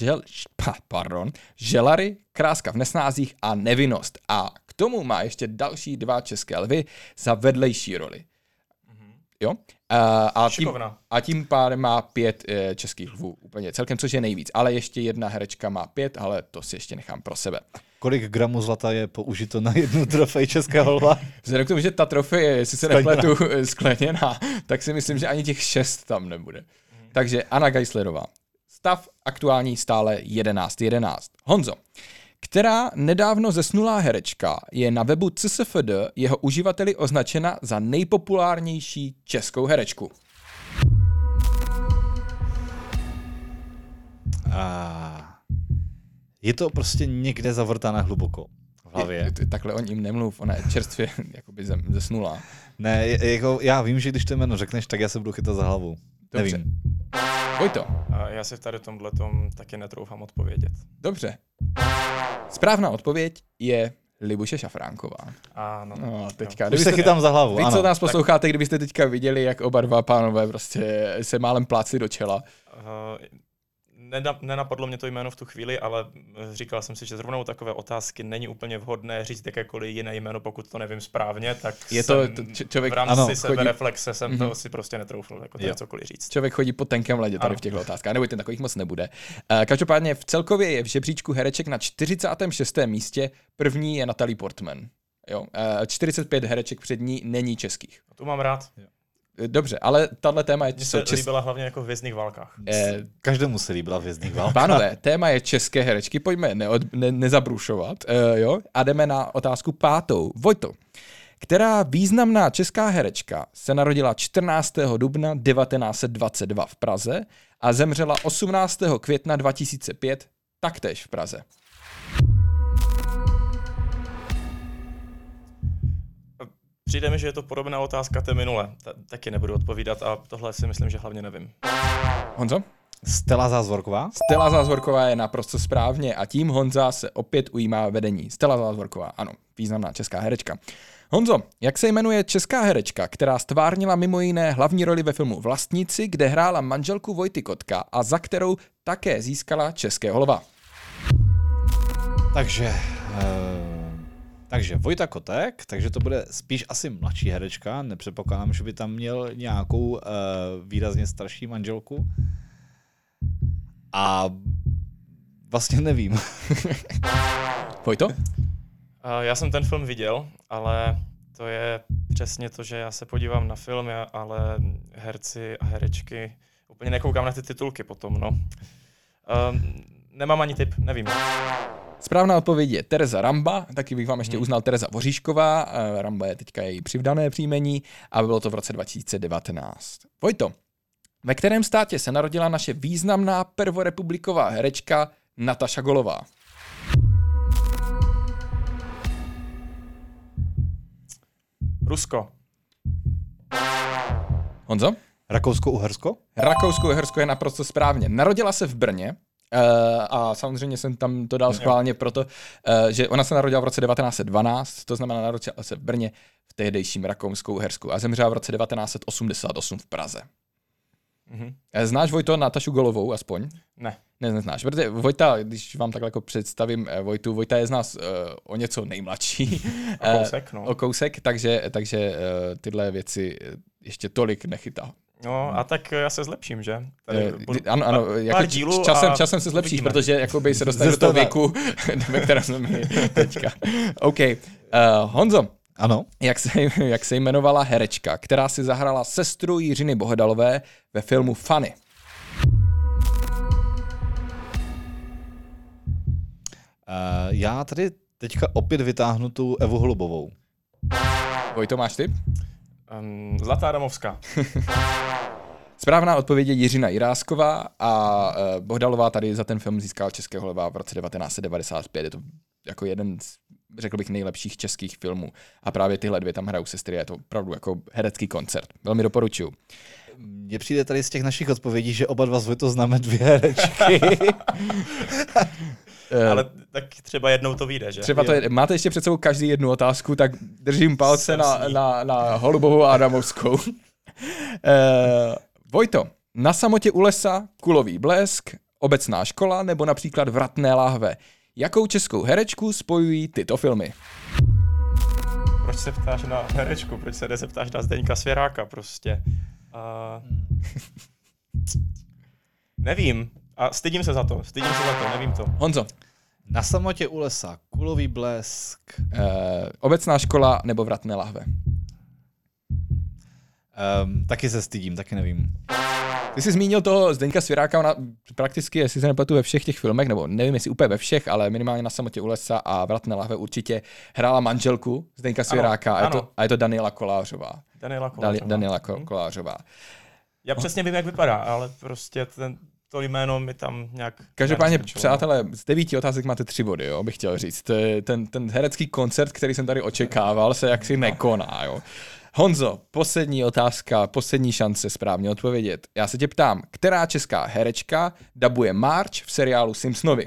Želary, Kráska v nesnázích a Nevinnost. A k tomu má ještě další 2 české lvy za vedlejší roli. Jo? A tím pádem má 5 českých lvů úplně celkem, což je nejvíc. Ale ještě jedna herečka má 5, ale to si ještě nechám pro sebe. Kolik gramů zlata je použito na jednu trofej českého lva? Vzhledem k tomu, že ta trofej je, jestli se nepletu, skleněná, tak si myslím, že ani těch 6 tam nebude. Takže Anna Geislerová. Stav aktuální stále 11-11. Honzo, která nedávno zesnulá herečka je na webu CSFD jeho uživateli označena za nejpopulárnější českou herečku? Je to prostě někde zavrtané hluboko v hlavě. Takhle o ním nemluv, ona je čerstvě jakoby zesnulá. Ne, jako já vím, že když to jméno řekneš, tak já se budu chytat za hlavu. Dobře. Nevím. Vojto. Já si tady tomhletom taky netroufám odpovědět. Dobře. Správná odpověď je Libuše Šafránková. Ano. No, teďka, Už se chytám za hlavu, vy, ano. co nás posloucháte, kdybyste teďka viděli, jak oba dva pánové prostě se málem plácli do čela. Nenapadlo mě to jméno v tu chvíli, ale říkal jsem si, že zrovna u takové otázky není úplně vhodné říct jakékoliv jiné jméno, pokud to nevím správně, tak je to člověk, v rámci sebereflexe jsem to si prostě netroufl jako tady cokoliv říct. Člověk chodí po tenkém ledě tady v těchto otázkách, nebojte, takových moc nebude. Každopádně v celkově je v žebříčku hereček na 46. místě, první je Natalie Portman. Jo? 45 hereček před ní není českých. A tu mám rád. Dobře, ale tahle téma je... Mně se líbila hlavně jako v Hvězdných válkách. Každému se líbila v Hvězdných válkách. Pánové, téma je české herečky, pojďme nezabrušovat, jo? A jdeme na otázku 5. Vojto, která významná česká herečka se narodila 14. dubna 1922 v Praze a zemřela 18. května 2005 taktéž v Praze? Přijde mi, že je to podobná otázka té minule. Taky nebudu odpovídat a tohle si myslím, že hlavně nevím. Honzo? Stella Zázvorková? Stella Zázvorková je naprosto správně a tím Honza se opět ujímá vedení. Stella Zázvorková, ano, významná česká herečka. Honzo, jak se jmenuje česká herečka, která stvárnila mimo jiné hlavní roli ve filmu Vlastníci, kde hrála manželku Vojty Kotka a za kterou také získala českého lva? Takže Vojta Kotek, takže to bude spíš asi mladší herečka, nepředpokládám, že by tam měl nějakou výrazně starší manželku. A vlastně nevím. Vojto? Já jsem ten film viděl, ale to je přesně to, že já se podívám na film, ale herci a herečky úplně nekoukám na ty titulky potom, no. Nemám ani tip, nevím. Správná odpověď je Tereza Ramba, taky bych vám ještě uznal Tereza Voříšková, Ramba je teďka její přivdané příjmení a bylo to v roce 2019. Vojto, ve kterém státě se narodila naše významná prvorepubliková herečka Nataša Golová? Rusko. Honzo? Rakousko-Uhersko? Rakousko-Uhersko je naprosto správně. Narodila se v Brně, a samozřejmě jsem tam to dal schválně proto, že ona se narodila v roce 1912, to znamená narodila se v Brně v tehdejším Rakousku-Uhersku a zemřela v roce 1988 v Praze. Mm-hmm. Znáš, Vojto, Natašu Golovou aspoň? Ne. Neznáš, protože Vojta, když vám takhle jako představím Vojtu, Vojta je z nás o něco nejmladší. O kousek, no. O kousek, takže tyhle věci ještě tolik nechytá. No a tak já se zlepším, že? Ano, jako časem se zlepšíš, vidíme. Protože jakoby se dostane do toho věku, ve kterém jsme my teďka. OK. Honzo, ano. Jak se jmenovala herečka, která si zahrála sestru Jiřiny Bohdalové ve filmu Funny? Já tady teďka opět vytáhnu tu Evu Holubovou. Vojto, máš ty? Zlatá Adamovská. Správná odpověď je Jiřina Jirásková a Bohdalová tady za ten film získala Českého lva v roce 1995. Je to jako jeden z, řekl bych, nejlepších českých filmů. A právě tyhle dvě tam hrajou sestry. Je to opravdu jako herecký koncert. Velmi doporučuju. Mně přijde tady z těch našich odpovědí, že oba dva z Vojtou známe dvě herečky. Ale tak třeba jednou to vyjde, že? Třeba to je, máte ještě před sebou každý jednu otázku, tak držím palce na Holubovou a Adamovskou. Vojto, Na samotě u lesa, Kulový blesk, Obecná škola nebo například Vratné láhve. Jakou českou herečku spojují tyto filmy? Proč se ptáš na herečku? Proč se nezeptáš na Zdeňka Svěráka prostě? Nevím. A stydím se za to, nevím to. Honzo. Na samotě u lesa, Kulový blesk. Obecná škola nebo Vratné láhve? Taky se stydím, taky nevím. Ty jsi zmínil toho Zdeňka Svěráka, ona prakticky, jestli se nepletu, ve všech těch filmech, nebo nevím, jestli úplně ve všech, ale minimálně Na samotě u lesa a Vratné láhve určitě hrála manželku Zdeňka Svěráka a je to Daniela Kolářová. Daniela Kolářová. Já přesně vím, jak vypadá, ale prostě to jméno mi tam nějak... Každopádně, přátelé, z 9 otázek máte 3 body, jo, bych chtěl říct. Ten herecký koncert, který jsem tady očekával, se jaksi nekoná, jo. Honzo, poslední otázka, poslední šance správně odpovědět. Já se tě ptám, která česká herečka dabuje Marge v seriálu Simpsonovi?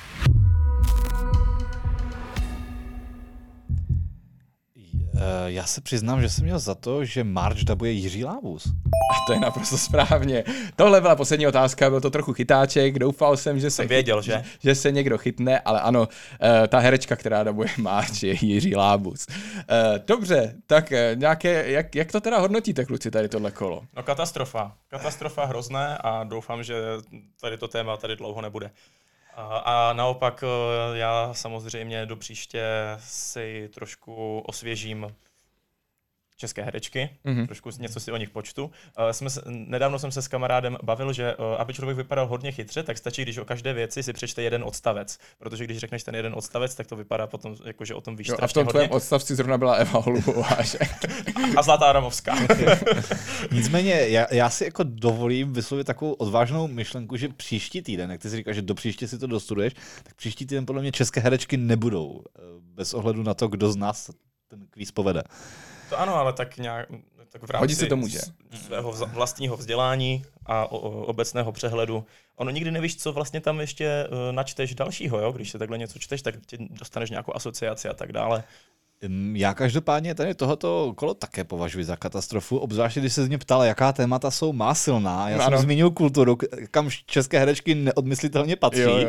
Já se přiznám, že jsem měl za to, že Marge dabuje Jiří Lábus. A to je naprosto správně. Tohle byla poslední otázka, byl to trochu chytáček, doufal jsem, že se někdo chytne, ale ano, ta herečka, která dabuje Marge, je Jiří Lábus. Dobře, tak jak to teda hodnotíte, kluci, tady tohle kolo? No katastrofa hrozné a doufám, že tady to téma tady dlouho nebude. A naopak já samozřejmě do příště si trošku osvěžím české herečky, trošku něco si o nich počtu. Nedávno jsem se s kamarádem bavil, že aby člověk vypadal hodně chytře, tak stačí, když o každé věci si přečte jeden odstavec. Protože když řekneš ten jeden odstavec, tak to vypadá potom, jako, že o tom víš strašně hodně. A v tom tvém odstavci zrovna byla Eva Holubová, že? A Zlatá Adamovská. Nicméně já si jako dovolím vyslovit takovou odvážnou myšlenku, že příští týden, jak ty si říkáš, že do příště si to dostuduješ, tak příští týden podle mě české herečky nebudou, bez ohledu na to, kdo z nás ten kvíz povede. To ano, ale tak v rámci svého vlastního vzdělání a obecného přehledu. Ono nikdy nevíš, co vlastně tam ještě načteš dalšího, jo? Když se takhle něco čteš, tak ti dostaneš nějakou asociaci a tak dále. Já každopádně tady tohoto kolo také považuji za katastrofu, obzvláště když se z mě ptala, jaká témata jsou másilná. Já jsem zmínil kulturu, kam české herečky neodmyslitelně patří. Jo.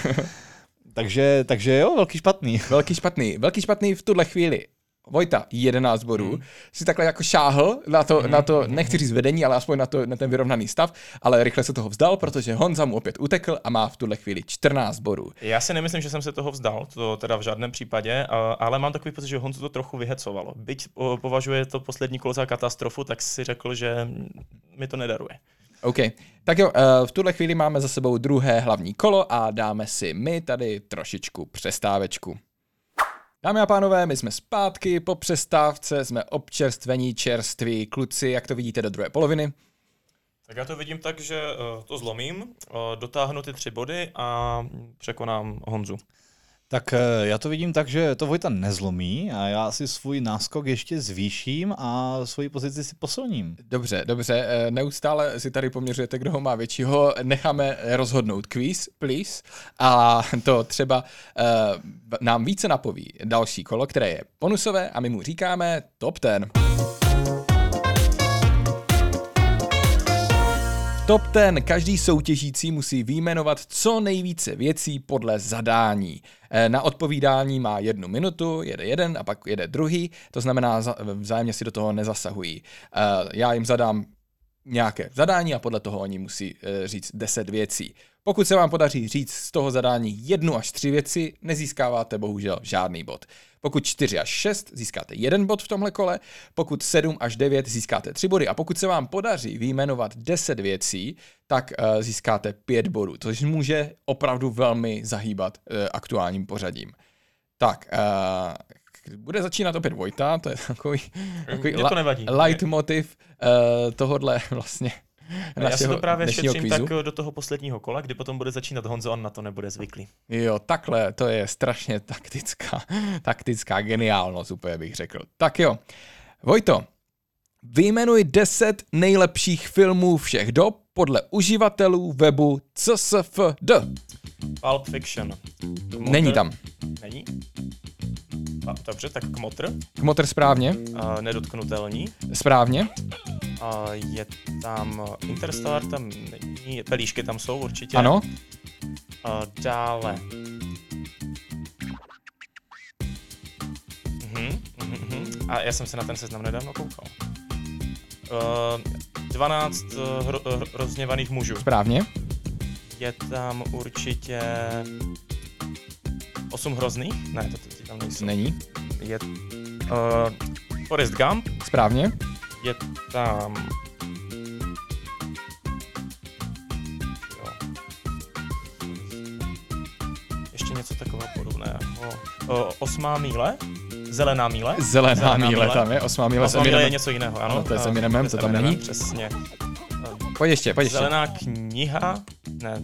takže jo, velký špatný v tuhle chvíli. Vojta, 11 bodů, si takhle jako šáhl na to, nechci říct vedení, ale aspoň na ten vyrovnaný stav, ale rychle se toho vzdal, protože Honza mu opět utekl a má v tuhle chvíli 14 bodů. Já si nemyslím, že jsem se toho vzdal, to teda v žádném případě, ale mám takový pocit, že Honzu to trochu vyhecovalo. Byť považuje to poslední kolo za katastrofu, tak si řekl, že mi to nedaruje. OK, tak jo, v tuhle chvíli máme za sebou druhé hlavní kolo a dáme si my tady trošičku přestávečku. Dámy a pánové, my jsme zpátky, po přestávce jsme občerstvení čerství. Kluci, jak to vidíte do druhé poloviny? Tak já to vidím tak, že to zlomím, dotáhnu ty 3 body a překonám Honzu. Tak já to vidím tak, že to Vojta nezlomí a já si svůj náskok ještě zvýším a svoji pozici si posilním. Dobře, neustále si tady poměřujete, kdo ho má většího, necháme rozhodnout quiz, please, a to třeba nám více napoví další kolo, které je bonusové a my mu říkáme Top 10. Top 10. Každý soutěžící musí vyjmenovat co nejvíce věcí podle zadání. Na odpovídání má 1 minutu, jede jeden a pak jede druhý, to znamená vzájemně si do toho nezasahují. Já jim zadám nějaké zadání a podle toho oni musí říct 10 věcí. Pokud se vám podaří říct z toho zadání 1 až 3 věci, nezískáváte bohužel žádný bod. Pokud 4 až 6, získáte 1 bod v tomhle kole, pokud 7 až 9, získáte 3 body a pokud se vám podaří vyjmenovat 10 věcí, tak získáte 5 bodů, což může opravdu velmi zahýbat aktuálním pořadím. Tak, bude začínat opět Vojta, to je takový leitmotiv tohodle vlastně já si to právě šetřím kvízu. tak do toho posledního kola, kdy potom bude začínat Honzo, on na to nebude zvyklý. Jo, takhle, to je strašně taktická geniálnost, úplně bych řekl. Tak jo, Vojto, vyjmenuj 10 nejlepších filmů všech dob podle uživatelů webu CSFD. Pulp Fiction. Kmotr. Není tam. Není? Dobře, tak Kmotr. Kmotr správně. Nedotknutelní. Správně. Je tam Interstellar, tam není, pelíšky tam jsou určitě. Ano. Dále. A já jsem se na ten seznam nedávno koukal. 12 rozhněvaných mužů. Správně. Je tam určitě 8 hrozných? Ne, to tam nejsou. Není. Je Forrest Gump. Správně. Je tam... Jo. Ještě něco takového podobného. 8. míle? Zelená míle? Zelená míle tam je, 8. míle. 8. míle je něco jiného, ano. No, to je s Eminemem, to tam není. Přesně. Pojď ještě. Zelená kniha? Ne.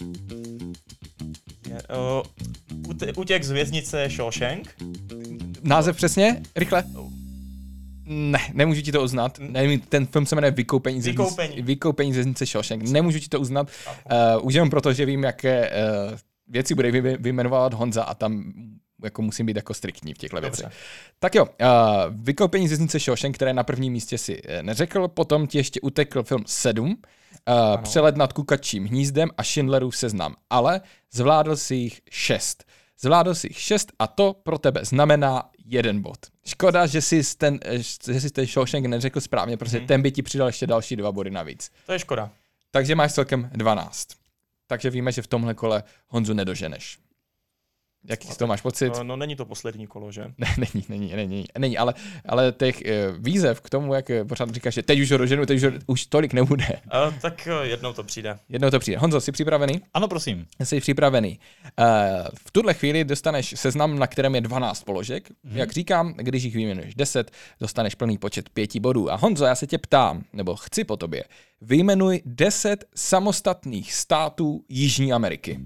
Útěk z věznice Shawshank? Název přesně? Rychle. Ne, nemůžu ti to uznat. Ten film se jmenuje Vykoupení z věznice Shawshank. Nemůžu ti to uznat. Už jenom proto, že vím, jaké věci bude vyjmenovat Honza a tam jako musím být jako striktní v těchto věcech. Tak jo, Vykoupení z věznice Shawshank, které na prvním místě si neřekl, potom ti ještě utekl film 7, Přelet nad kukačím hnízdem a Schindlerův seznam, ale zvládl si jich 6. Zvládl si jich 6 a to pro tebe znamená 1 bod. Škoda, že jsi ten Shawshank neřekl správně, protože ten by ti přidal ještě další 2 body navíc. To je škoda. Takže máš celkem 12. Takže víme, že v tomhle kole Honzu nedoženeš. Jaký z toho máš pocit? No není to poslední kolo, že? Není, ale těch výzev k tomu, jak pořád říkáš, že teď už ho doženu, teď už tolik nebude. Tak jednou to přijde. Honzo, jsi připravený? Ano, prosím. Jsi připravený. V tuhle chvíli dostaneš seznam, na kterém je 12 položek. Jak říkám, když jich vyjmenuješ 10, dostaneš plný počet 5 bodů. A Honzo, já se tě ptám, nebo chci po tobě, vyjmenuj 10 samostatných států Jižní Ameriky.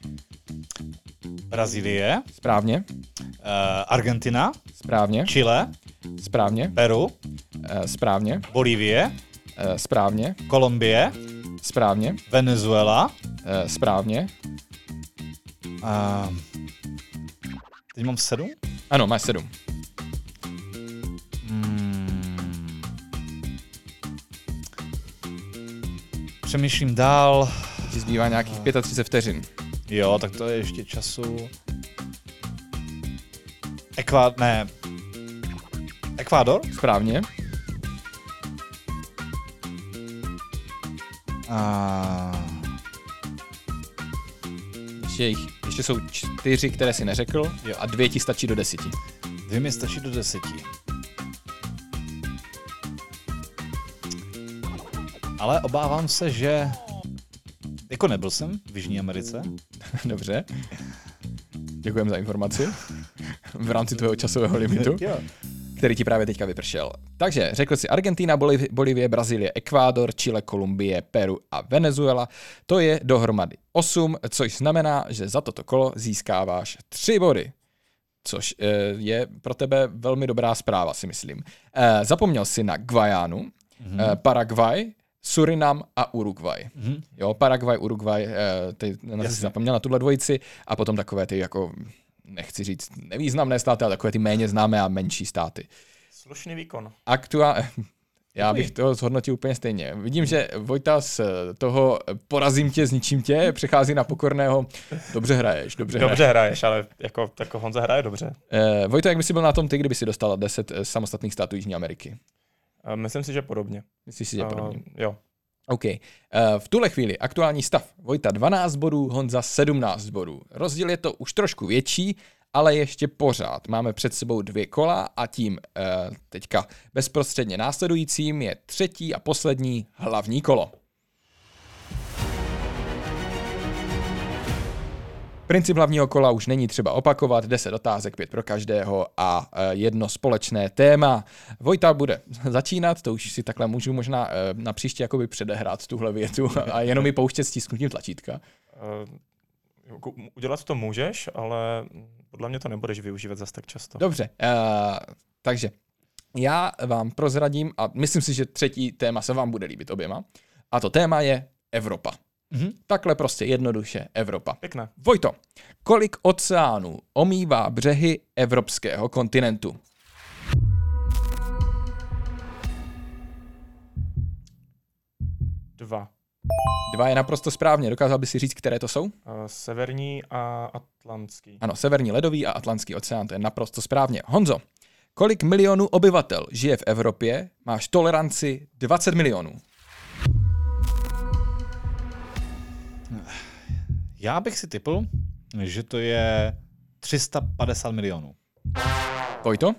Brazílie. Správně. Argentina. Správně. Chile. Správně. Peru. Správně. Bolívie. Správně. Kolumbie. Správně. Venezuela. Správně. Teď mám 7? Ano, máš 7. Přemýšlím dál. Ti zbývá nějakých 35 vteřin. Jo, tak to je ještě času. Ekvádor? Správně. Ještě jsou 4, které si neřekl, jo, a 2 ti stačí do 10. 2 mi stačí do 10. Ale obávám se, že jako nebyl jsem v Jižní Americe. Dobře. Děkujeme za informaci. V rámci tvého časového limitu, který ti právě teďka vypršel. Takže řekl si Argentina, Bolívie, Brazílie, Ekvádor, Chile, Kolumbie, Peru a Venezuela. To je dohromady 8, což znamená, že za toto kolo získáváš 3 body. Což je pro tebe velmi dobrá zpráva, si myslím. Zapomněl si na Guajánu, Paraguay, Surinam a Uruguay. Jo, Paraguay, Uruguay, ty si zapomněl na tuhle dvojici a potom takové ty jako, nechci říct nevýznamné státy, ale takové ty méně známé a menší státy. Slušný výkon. Já bych to zhodnotil úplně stejně. Vidím, že Vojta z toho porazím tě, zničím tě, přechází na pokorného. Dobře hraješ, ale jako Honza hraje dobře. Vojta, jak by si byl na tom ty, kdyby si dostal 10 samostatných států Jižní Ameriky? Myslím si, že podobně. Myslíš si, že podobně? Jo. OK. V tuhle chvíli aktuální stav. Vojta 12 bodů, Honza 17 bodů. Rozdíl je to už trošku větší, ale ještě pořád. Máme před sebou 2 kola a tím teďka bezprostředně následujícím je třetí a poslední hlavní kolo. Princip hlavního kola už není třeba opakovat, 10 otázek, 5 pro každého a jedno společné téma. Vojta bude začínat, to už si takhle můžu možná na příště jakoby předehrát tuhle větu a jenom mi pouštět stisknutím tlačítka. Udělat to můžeš, ale podle mě to nebudeš využívat zas tak často. Dobře, takže já vám prozradím a myslím si, že třetí téma se vám bude líbit oběma. A to téma je Evropa. Takhle prostě jednoduše Evropa. Pěkné. Vojto, kolik oceánů omývá břehy evropského kontinentu? 2. 2 je naprosto správně. Dokázal by si říct, které to jsou? Severní a atlantský. Ano, severní ledový a atlantský oceán, to je naprosto správně. Honzo, kolik milionů obyvatel žije v Evropě? Máš toleranci 20 milionů. Já bych si tipl, že to je 350 milionů. Vojto?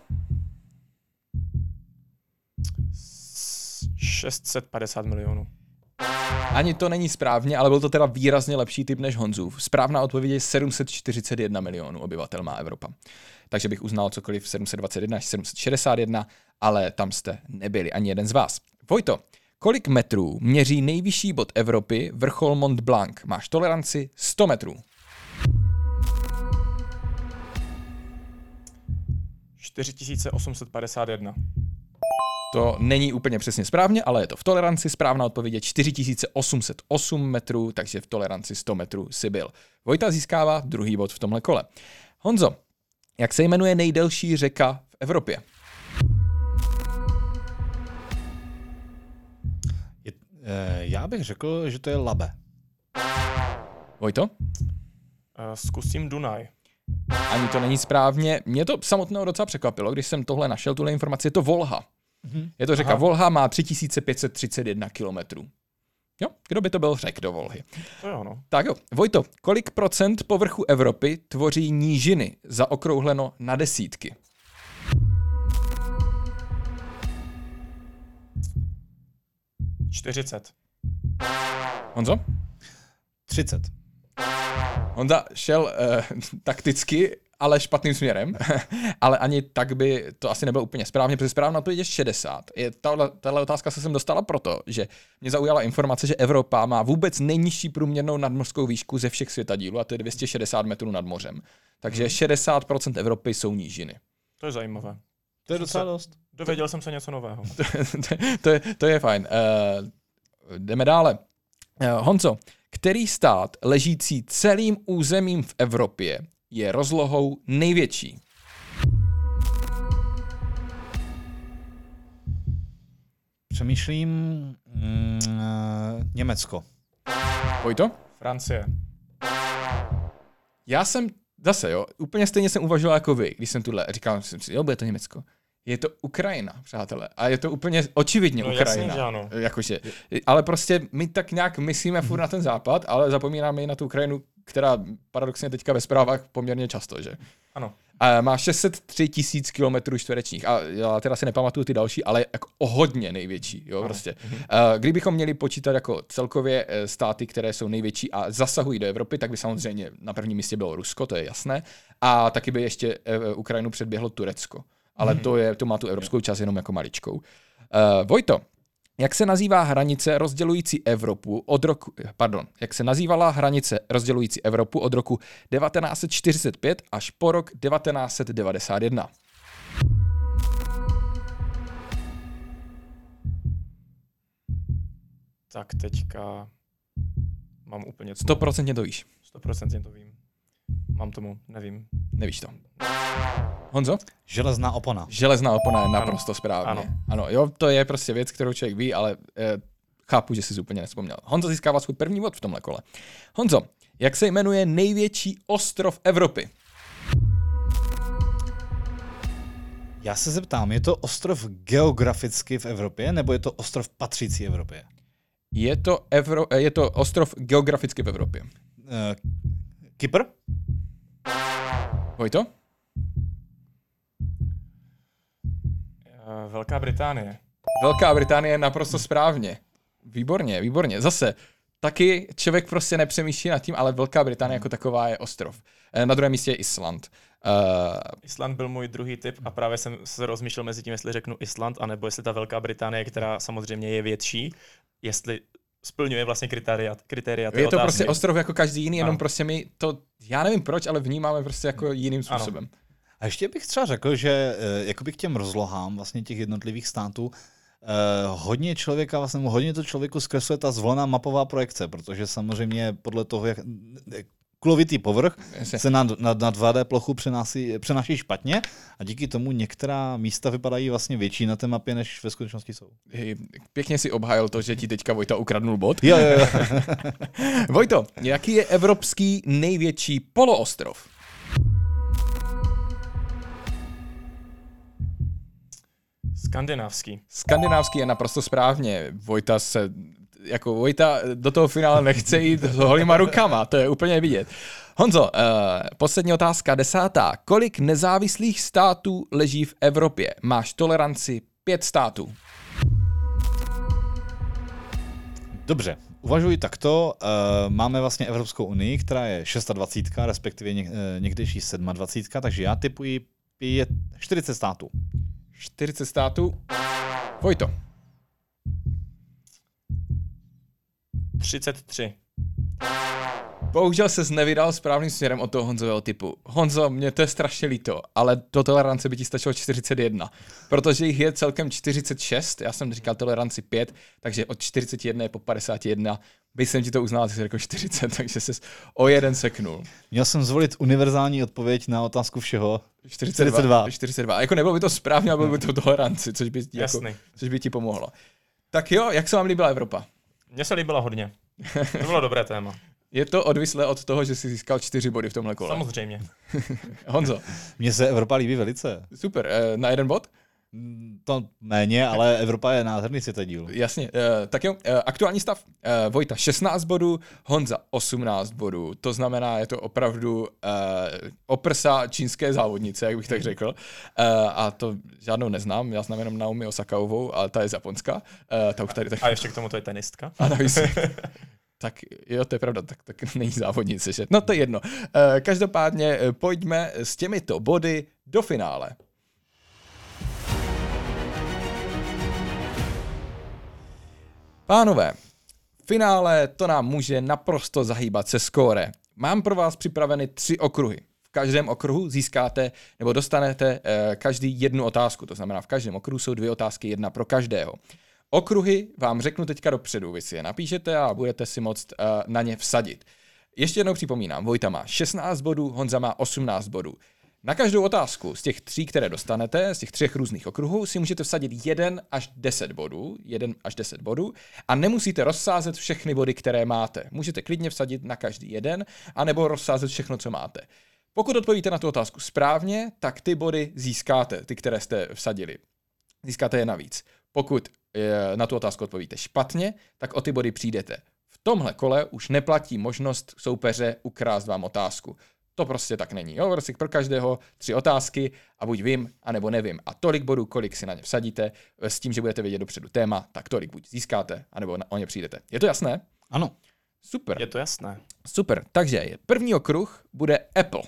650 milionů. Ani to není správně, ale byl to teda výrazně lepší typ než Honzův. Správná odpověď je 741 milionů obyvatel má Evropa. Takže bych uznal cokoliv 721 až 761, ale tam jste nebyli ani jeden z vás. Vojto, kolik metrů měří nejvyšší bod Evropy, vrchol Mont Blanc? Máš toleranci 100 metrů. 4851. To není úplně přesně správně, ale je to v toleranci. Správná odpověď je 4808 metrů, takže v toleranci 100 metrů si byl. Vojta získává druhý bod v tomhle kole. Honzo, jak se jmenuje nejdelší řeka v Evropě? Já bych řekl, že to je Labe. Vojto? Zkusím Dunaj. Ani to není správně. Mě to samotného docela překvapilo, když jsem tohle našel, tuhle informaci, je to Volha. Je to řeka Volha, má 3531 kilometrů. Jo, kdo by to byl řek do Volhy? To jo, no. Tak jo, Vojto, kolik procent povrchu Evropy tvoří nížiny zaokrouhleno na desítky? 40. Honzo? 30. Honza šel takticky, ale špatným směrem, ale ani tak by to asi nebylo úplně správně, protože správná to je 60. Tahle otázka se sem dostala proto, že mě zaujala informace, že Evropa má vůbec nejnižší průměrnou nadmořskou výšku ze všech světadílů a to je 260 metrů nad mořem. Takže 60% Evropy jsou nížiny. To je zajímavé. To je docela dost. Dověděl jsem se něco nového. To je fajn. Jdeme dále. Honzo, který stát ležící celým územím v Evropě je rozlohou největší? Přemýšlím Německo. Vojto? Francie. Já jsem zase, úplně stejně jsem uvažoval jako vy, když jsem tuhle říkal jsem si, bude to Německo. Je to Ukrajina, přátelé. A je to úplně očividně Ukrajina. Jasně, že ano. Jakože, ale prostě my tak nějak myslíme furt na ten západ, ale zapomínáme i na tu Ukrajinu, která paradoxně teďka ve zprávách poměrně často, že? Ano. A má 603 000 km čtverečních. A já teda si nepamatuju ty další, ale jako o hodně největší. Jo, prostě. Kdybychom měli počítat jako celkově státy, které jsou největší a zasahují do Evropy, tak by samozřejmě na prvním místě bylo Rusko, to je jasné. A taky by ještě Ukrajinu předběhlo Turecko. Ale to má tu evropskou část jenom jako maličkou. Vojto, jak se nazývá hranice rozdělující Evropu od roku, jak se nazývala hranice rozdělující Evropu od roku 1945 až po rok 1991? Tak teďka mám úplně 100% to víš. 100% to vím. Mám tomu, nevím. Nevíš to. Honzo? Železná opona. Železná opona je naprosto správně. Ano, jo, to je prostě věc, kterou člověk ví, ale chápu, že jsi úplně nevzpomněl. Honzo získává svůj první bod v tomhle kole. Honzo, jak se jmenuje největší ostrov Evropy? Já se zeptám, je to ostrov geograficky v Evropě, nebo je to ostrov patřící Evropě? Je to ostrov geograficky v Evropě. Kypr? Vojto? Velká Británie. Velká Británie je naprosto správně. Výborně, výborně. Zase, taky člověk prostě nepřemýšlí nad tím, ale Velká Británie jako taková je ostrov. Na druhém místě je Island. Island byl můj druhý tip a právě jsem se rozmýšlel mezi tím, jestli řeknu Island, anebo jestli ta Velká Británie, která samozřejmě je větší, jestli splňuje vlastně kritéria té Je to otázky. prostě ostrov jako každý jiný, jenom prostě my to, já nevím proč, ale vnímáme prostě jako jiným způsobem. Ano. A ještě bych třeba řekl, že jakoby k těm rozlohám vlastně těch jednotlivých států hodně to člověku zkresluje ta zvolená mapová projekce, protože samozřejmě podle toho, jak kulovitý povrch se na 2D plochu přenáší špatně a díky tomu některá místa vypadají vlastně větší na té mapě, než ve skutečnosti jsou. Pěkně si obhájil to, že ti teďka Vojta ukradnul bod. Jo. Vojto, jaký je evropský největší poloostrov? Skandinávský je naprosto správně. Vojta do toho finále nechce jít s holýma rukama, to je úplně vidět. Honzo, poslední otázka, 10. Kolik nezávislých států leží v Evropě? Máš toleranci 5 států. Dobře, uvažuji takto. Máme vlastně Evropskou unii, která je 26, respektive někdejší 27, takže já tipuji 40 států. 40 států. Vojto. 33. Bohužel ses nevydal správným směrem od toho Honzového typu. Honzo, mě to je strašně líto, ale do tolerance by ti stačilo 41, protože jich je celkem 46, já jsem říkal toleranci 5, takže od 41 po 51 bych jsem ti to uznal, že jsi řekl 40, takže ses o jeden seknul. Měl jsem zvolit univerzální odpověď na otázku všeho. 42. A jako nebylo by to správně, ale bylo by to toleranci, což by ti pomohlo. Tak jo, jak se vám líbila Evropa? Mně se líbila hodně. To bylo dobré téma. Je to odvislé od toho, že jsi získal 4 body v tomhle kole. Samozřejmě. Honzo. Mně se Evropa líbí velice. Super. Na 1 bod? To méně, ale Evropa je nádherný světadíl. Jasně. Tak jo, aktuální stav. Vojta 16 bodů, Honza 18 bodů. To znamená, je to opravdu oprsa čínské závodnice, jak bych tak řekl. A to žádnou neznám, já znám jenom Naomi Osakaovou, ale ta je z Japonska. Ta už tady tak... A ještě k tomu to je tenistka. A navíc... Tak jo, to je pravda, tak není závodnice, že? No to je jedno. Každopádně pojďme s těmito body do finále. Pánové, v finále to nám může naprosto zahýbat se skóre. Mám pro vás připraveny 3 okruhy. V každém okruhu získáte nebo dostanete každý 1 otázku, to znamená v každém okruhu jsou 2 otázky, 1 pro každého. Okruhy vám řeknu teďka dopředu, vy si je napíšete a budete si moct na ně vsadit. Ještě jednou připomínám, Vojta má 16 bodů, Honza má 18 bodů. Na každou otázku z těch 3, které dostanete, z těch 3 různých okruhů, si můžete vsadit 1 až 10 bodů a nemusíte rozsázet všechny body, které máte. Můžete klidně vsadit na každý jeden, anebo rozsázet všechno, co máte. Pokud odpovíte na tu otázku správně, tak ty body získáte, ty, které jste vsadili. Získáte je navíc. Pokud na tu otázku odpovíte špatně, tak o ty body přijdete. V tomhle kole už neplatí možnost soupeře ukrást vám otázku. To prostě tak není. Jo? Prostě pro každého 3 otázky a buď vím, anebo nevím. A tolik bodů, kolik si na ně vsadíte, s tím, že budete vědět dopředu téma, tak tolik buď získáte, anebo o ně přijdete. Je to jasné? Ano. Super. Je to jasné. Super. Takže první okruh bude Apple.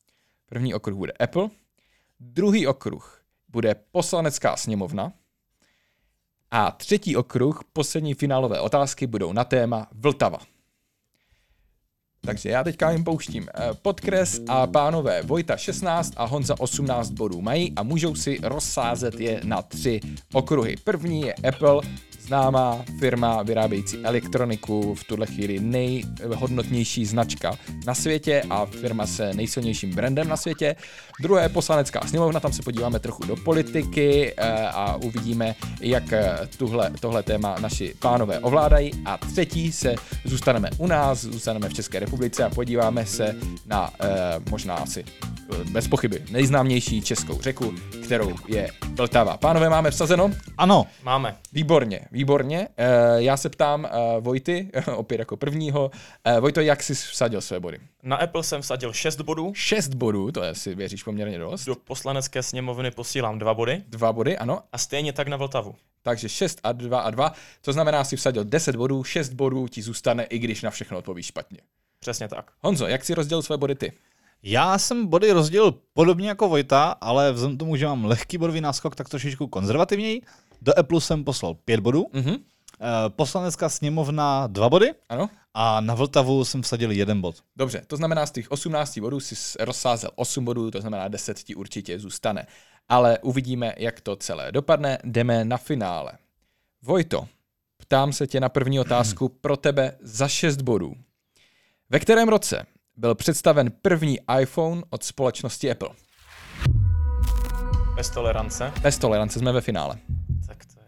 Druhý okruh bude Poslanecká sněmovna. A třetí okruh, poslední finálové otázky, budou na téma Vltava. Takže já teďka jim pouštím podkres a pánové Vojta 16 a Honza 18 bodů mají a můžou si rozsázet je na 3 okruhy. První je Apple, známá firma vyrábějící elektroniku, v tuhle chvíli nejhodnotnější značka na světě a firma se nejsilnějším brandem na světě. Druhé je Poslanecká sněmovna, tam se podíváme trochu do politiky a uvidíme, jak tohle téma naši pánové ovládají. A třetí zůstaneme u nás, zůstaneme v České republice a podíváme se na možná asi bez pochyby nejznámější českou řeku, kterou je Vltava. Pánové, máme vsazeno? Ano. Máme. Výborně. Já se ptám Vojty, opět jako prvního. Vojto, jak jsi vsadil své body? Na Apple jsem vsadil 6 bodů. 6 bodů, to je, si věříš poměrně dost. Do poslanecké sněmovny posílám 2 body. 2 body, ano. A stejně tak na Vltavu. Takže 6 a 2 a 2, to znamená, si vsadil 10 bodů, 6 bodů ti zůstane, i když na všechno odpovíš špatně. Přesně tak. Honzo, jak si rozdělil své body ty? Já jsem body rozdělil podobně jako Vojta, ale vzhledem k tomu, že mám lehký bodový náskok, tak trošičku konzervativněji. Do Apple jsem poslal 5 bodů, poslanecká sněmovna 2 body Ano? a na Vltavu jsem vsadil 1 bod. Dobře, to znamená, z těch 18 bodů si rozsázel 8 bodů, to znamená 10 ti určitě zůstane. Ale uvidíme, jak to celé dopadne. Jdeme na finále. Vojto, ptám se tě na první otázku pro tebe za 6 bodů. Ve kterém roce byl představen první iPhone od společnosti Apple? Bez tolerance. Bez tolerance, jsme ve finále. Tak to je.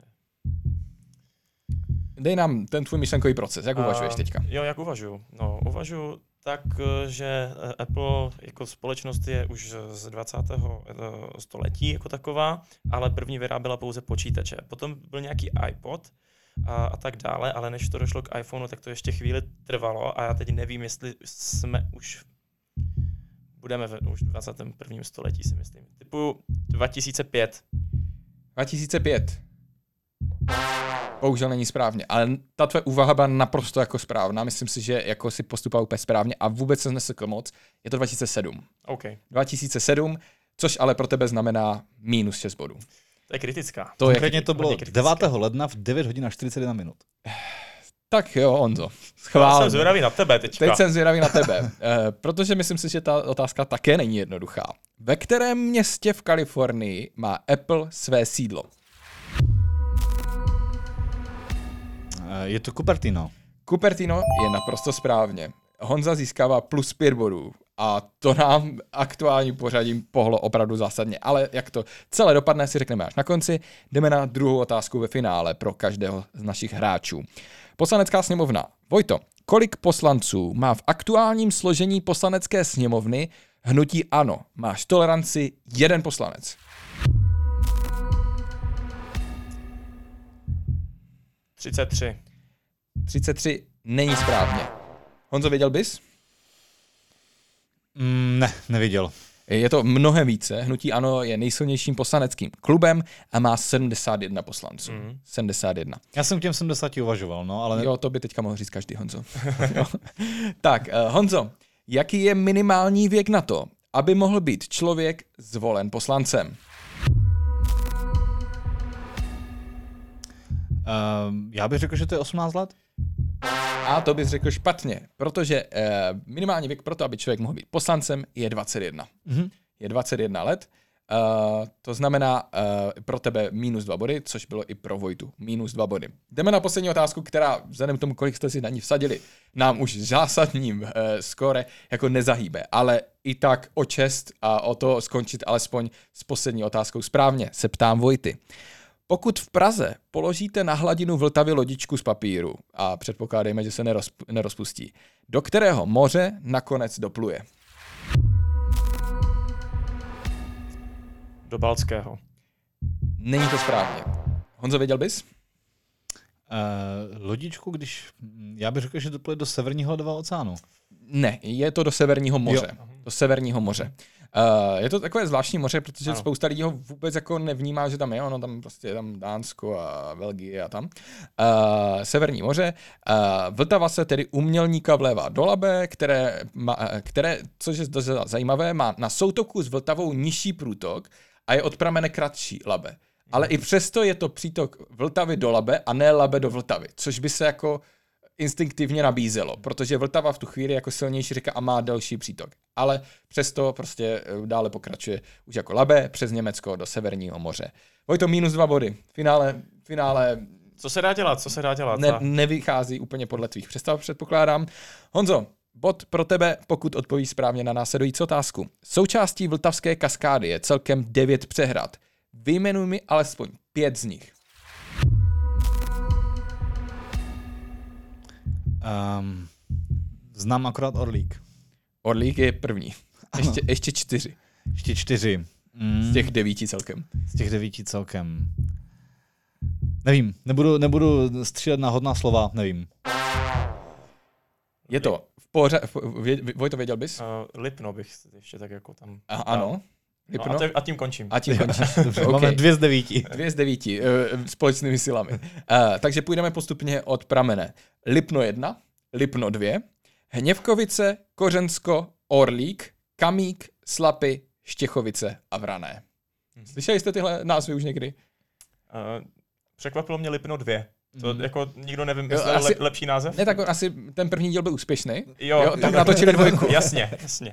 Dej nám ten tvůj myšlenkový proces, jak uvažuješ teďka? Jo, jak uvažuju? No, uvažuju tak, že Apple jako společnost je už z 20. století jako taková, ale první vyráběla pouze počítače. Potom byl nějaký iPod a tak dále, ale než to došlo k iPhoneu, tak to ještě chvíli trvalo a já teď nevím, jestli jsme budeme už v 21. století, si myslím. Typu 2005. 2005. Bohužel není správně, ale ta tvoje úvaha byla naprosto jako správná. Myslím si, že jako si postupoval úplně správně a vůbec se nesekl moc. Je to 2007. OK. 2007, což ale pro tebe znamená minus 6 bodů. To je kritická. Konkrétně to bylo 9. ledna v 9 hodin a 41 minut. Tak jo, Honzo, Já schválně. jsem zvědavý na tebe teďka. Teď jsem zvědavý na tebe, protože myslím si, že ta otázka také není jednoduchá. Ve kterém městě v Kalifornii má Apple své sídlo? Je to Cupertino. Cupertino je naprosto správně. Honza získává plus 5 bodů a to nám aktuálním pořadím pohlo opravdu zásadně. Ale jak to celé dopadne, si řekneme až na konci. Jdeme na druhou otázku ve finále pro každého z našich hráčů. Poslanecká sněmovna. Vojto, kolik poslanců má v aktuálním složení poslanecké sněmovny hnutí ANO? Máš toleranci 1 poslanec. 33. 33 není správně. Honzo, věděl bys? Ne, neviděl. Je to mnohem více. Hnutí ANO je nejsilnějším poslaneckým klubem a má 71 poslanců. 71. Já jsem k těm 70 uvažoval, no, ale... Jo, to by teďka mohl říct každý, Honzo. Tak, Honzo, jaký je minimální věk na to, aby mohl být člověk zvolen poslancem? Já bych řekl, že to je 18 let. A to bys řekl špatně, protože minimální věk pro to, aby člověk mohl být poslancem, je 21. Je 21 let. To znamená pro tebe minus 2 body, což bylo i pro Vojtu. Minus 2 body. Jdeme na poslední otázku, která vzhledem k tomu, kolik jste si na ní vsadili, nám už zásadním skóre jako nezahýbe. Ale i tak o čest a o to skončit alespoň s poslední otázkou správně, se ptám Vojty. Pokud v Praze položíte na hladinu Vltavy lodičku z papíru a předpokládejme, že se nerozpustí, do kterého moře nakonec dopluje? Do Baltského. Není to správně. Honzo, věděl bys? Lodičku, já bych řekl, že dopluje do Severního ledového oceánu. Ne, je to do Severního moře. Jo. Do Severního moře. Je to takové zvláštní moře, protože ano. Spousta lidí ho vůbec jako nevnímá, že tam je. Ono tam prostě je tam Dánsko a Belgie a tam. Severní moře. Vltava se tedy umělníka vlévá do Labe, které, což je dost zajímavé, má na soutoku s Vltavou nižší průtok a je od pramene kratší Labe. Ale i přesto je to přítok Vltavy do Labe a ne Labe do Vltavy, což by se jako instinktivně nabízelo, protože Vltava v tu chvíli jako silnější řeka a má delší přítok. Ale přesto prostě dále pokračuje už jako Labe přes Německo do Severního moře. Vojto, minus 2 body. Finále Co se dá dělat? Nevychází úplně podle tvých představ, předpokládám. Honzo, bod pro tebe, pokud odpovíš správně na následující otázku. Součástí Vltavské kaskády je celkem 9 přehrad. Vyjmenuj mi alespoň 5 z nich. Znám akorát Orlík. Orlík je první. Ještě 4. Ještě 4. Z těch 9 celkem. Z těch 9 celkem. Nevím, nebudu střílet na hodná slova, nevím. Je to v pořádku. Vojto, věděl bys? Lipno bych ještě tak jako tam... Ano. Lipno? No a tím končím. A tím končíš. Okay. Máme 2 z 9. 2 z 9 společnými silami. Takže půjdeme postupně od pramene. Lipno 1, Lipno 2, Hněvkovice, Kořensko, Orlík, Kamík, Slapy, Štěchovice a Vrané. Slyšeli jste tyhle názvy už někdy? Překvapilo mě Lipno 2. To jako nikdo nevymyslel lepší název? Ne, tak asi ten první díl byl úspěšný. Jo, tak natočili 2. Jasně.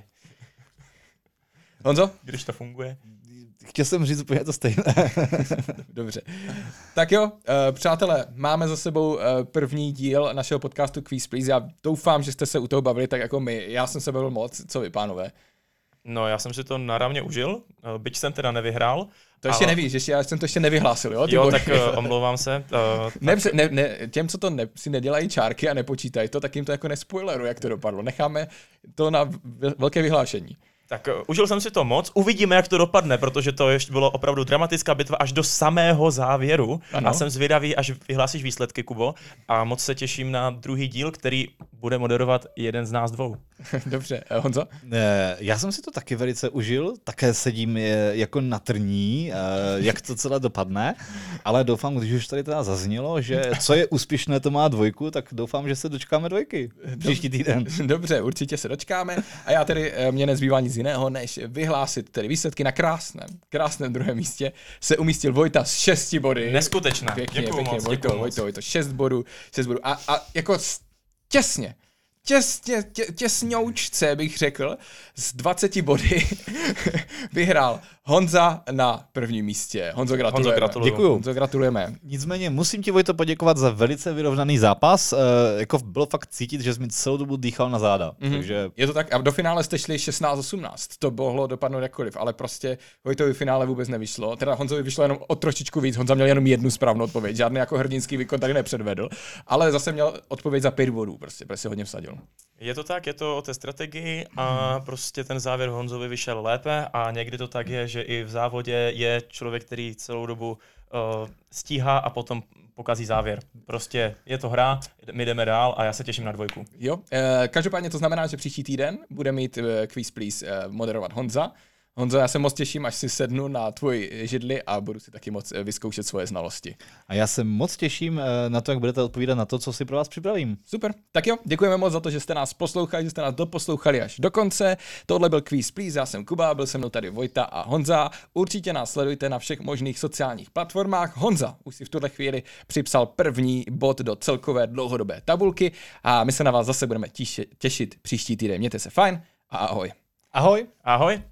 Honzo? Když to funguje. Chtěl jsem říct úplně to stejné. Dobře. Tak jo, přátelé, máme za sebou první díl našeho podcastu Quiz Please. Já doufám, že jste se u toho bavili tak jako my. Já jsem se bavil moc. Co vy, pánové? No, já jsem si to naravně užil, byť jsem teda nevyhrál. To ještě nevíš, já jsem to ještě nevyhlásil, jo? Jo, tak omlouvám se. Těm, co to si nedělají čárky a nepočítají to, tak jim to jako nespoileru, jak to dopadlo. Necháme to na velké vyhlášení. Tak užil jsem si to moc, uvidíme, jak to dopadne, protože to ještě bylo opravdu dramatická bitva až do samého závěru. Ano. A jsem zvědavý, až vyhlásíš výsledky, Kubo. A moc se těším na druhý díl, který bude moderovat jeden z nás dvou. Dobře, Honzo? Já jsem si to taky velice užil, také sedím jako na trní, jak to celé dopadne, ale doufám, když už tady teda zaznělo, že co je úspěšné, to má 2, tak doufám, že se dočkáme 2 příští týden. Dobře, určitě se dočkáme a já tedy mě nezbývá nic jiného, než vyhlásit tedy výsledky na krásném druhém místě se umístil Vojta s 6 body. Neskutečné. Pěkně, Vojto, 6 bodů. A jako těsňoučce bych řekl, z 20 body vyhrál Honza na prvním místě. Honzo, gratulujeme. Děkuju. Honzo, gratulujeme. Nicméně musím ti, Vojto, poděkovat za velice vyrovnaný zápas. Jako bylo fakt cítit, že jsi mi celou dobu dýchal na záda. Takže... Je to tak. A do finále jste šli 16-18. To mohlo dopadnout jakkoliv, ale prostě Vojtovi finále vůbec nevyšlo. Teda Honzovi vyšlo jenom o trošičku víc. Honza měl jenom jednu správnou odpověď. Žádný jako hrdinský výkon tady nepředvedl, ale zase měl odpověď za 5 bodů. Prostě hodně vsadil. Je to tak, je to o té strategii a prostě ten závěr Honzovi vyšel lépe a někdy to tak je, že i v závodě je člověk, který celou dobu stíhá a potom pokazí závěr. Prostě je to hra, my jdeme dál a já se těším na 2. Jo, každopádně to znamená, že příští týden bude mít Quiz Please moderovat Honza. Honzo, já se moc těším, až si sednu na tvoji židli a budu si taky moc vyzkoušet svoje znalosti. A já se moc těším na to, jak budete odpovídat na to, co si pro vás připravím. Super. Tak jo, děkujeme moc za to, že jste nás poslouchali, že jste nás doposlouchali až do konce. Tohle byl Quiz Please, já jsem Kuba, byl se mnou tady Vojta a Honza. Určitě nás sledujte na všech možných sociálních platformách. Honza už si v tuhle chvíli připsal první bod do celkové dlouhodobé tabulky a my se na vás zase budeme těšit příští týden. Mějte se fajn a ahoj. Ahoj. Ahoj.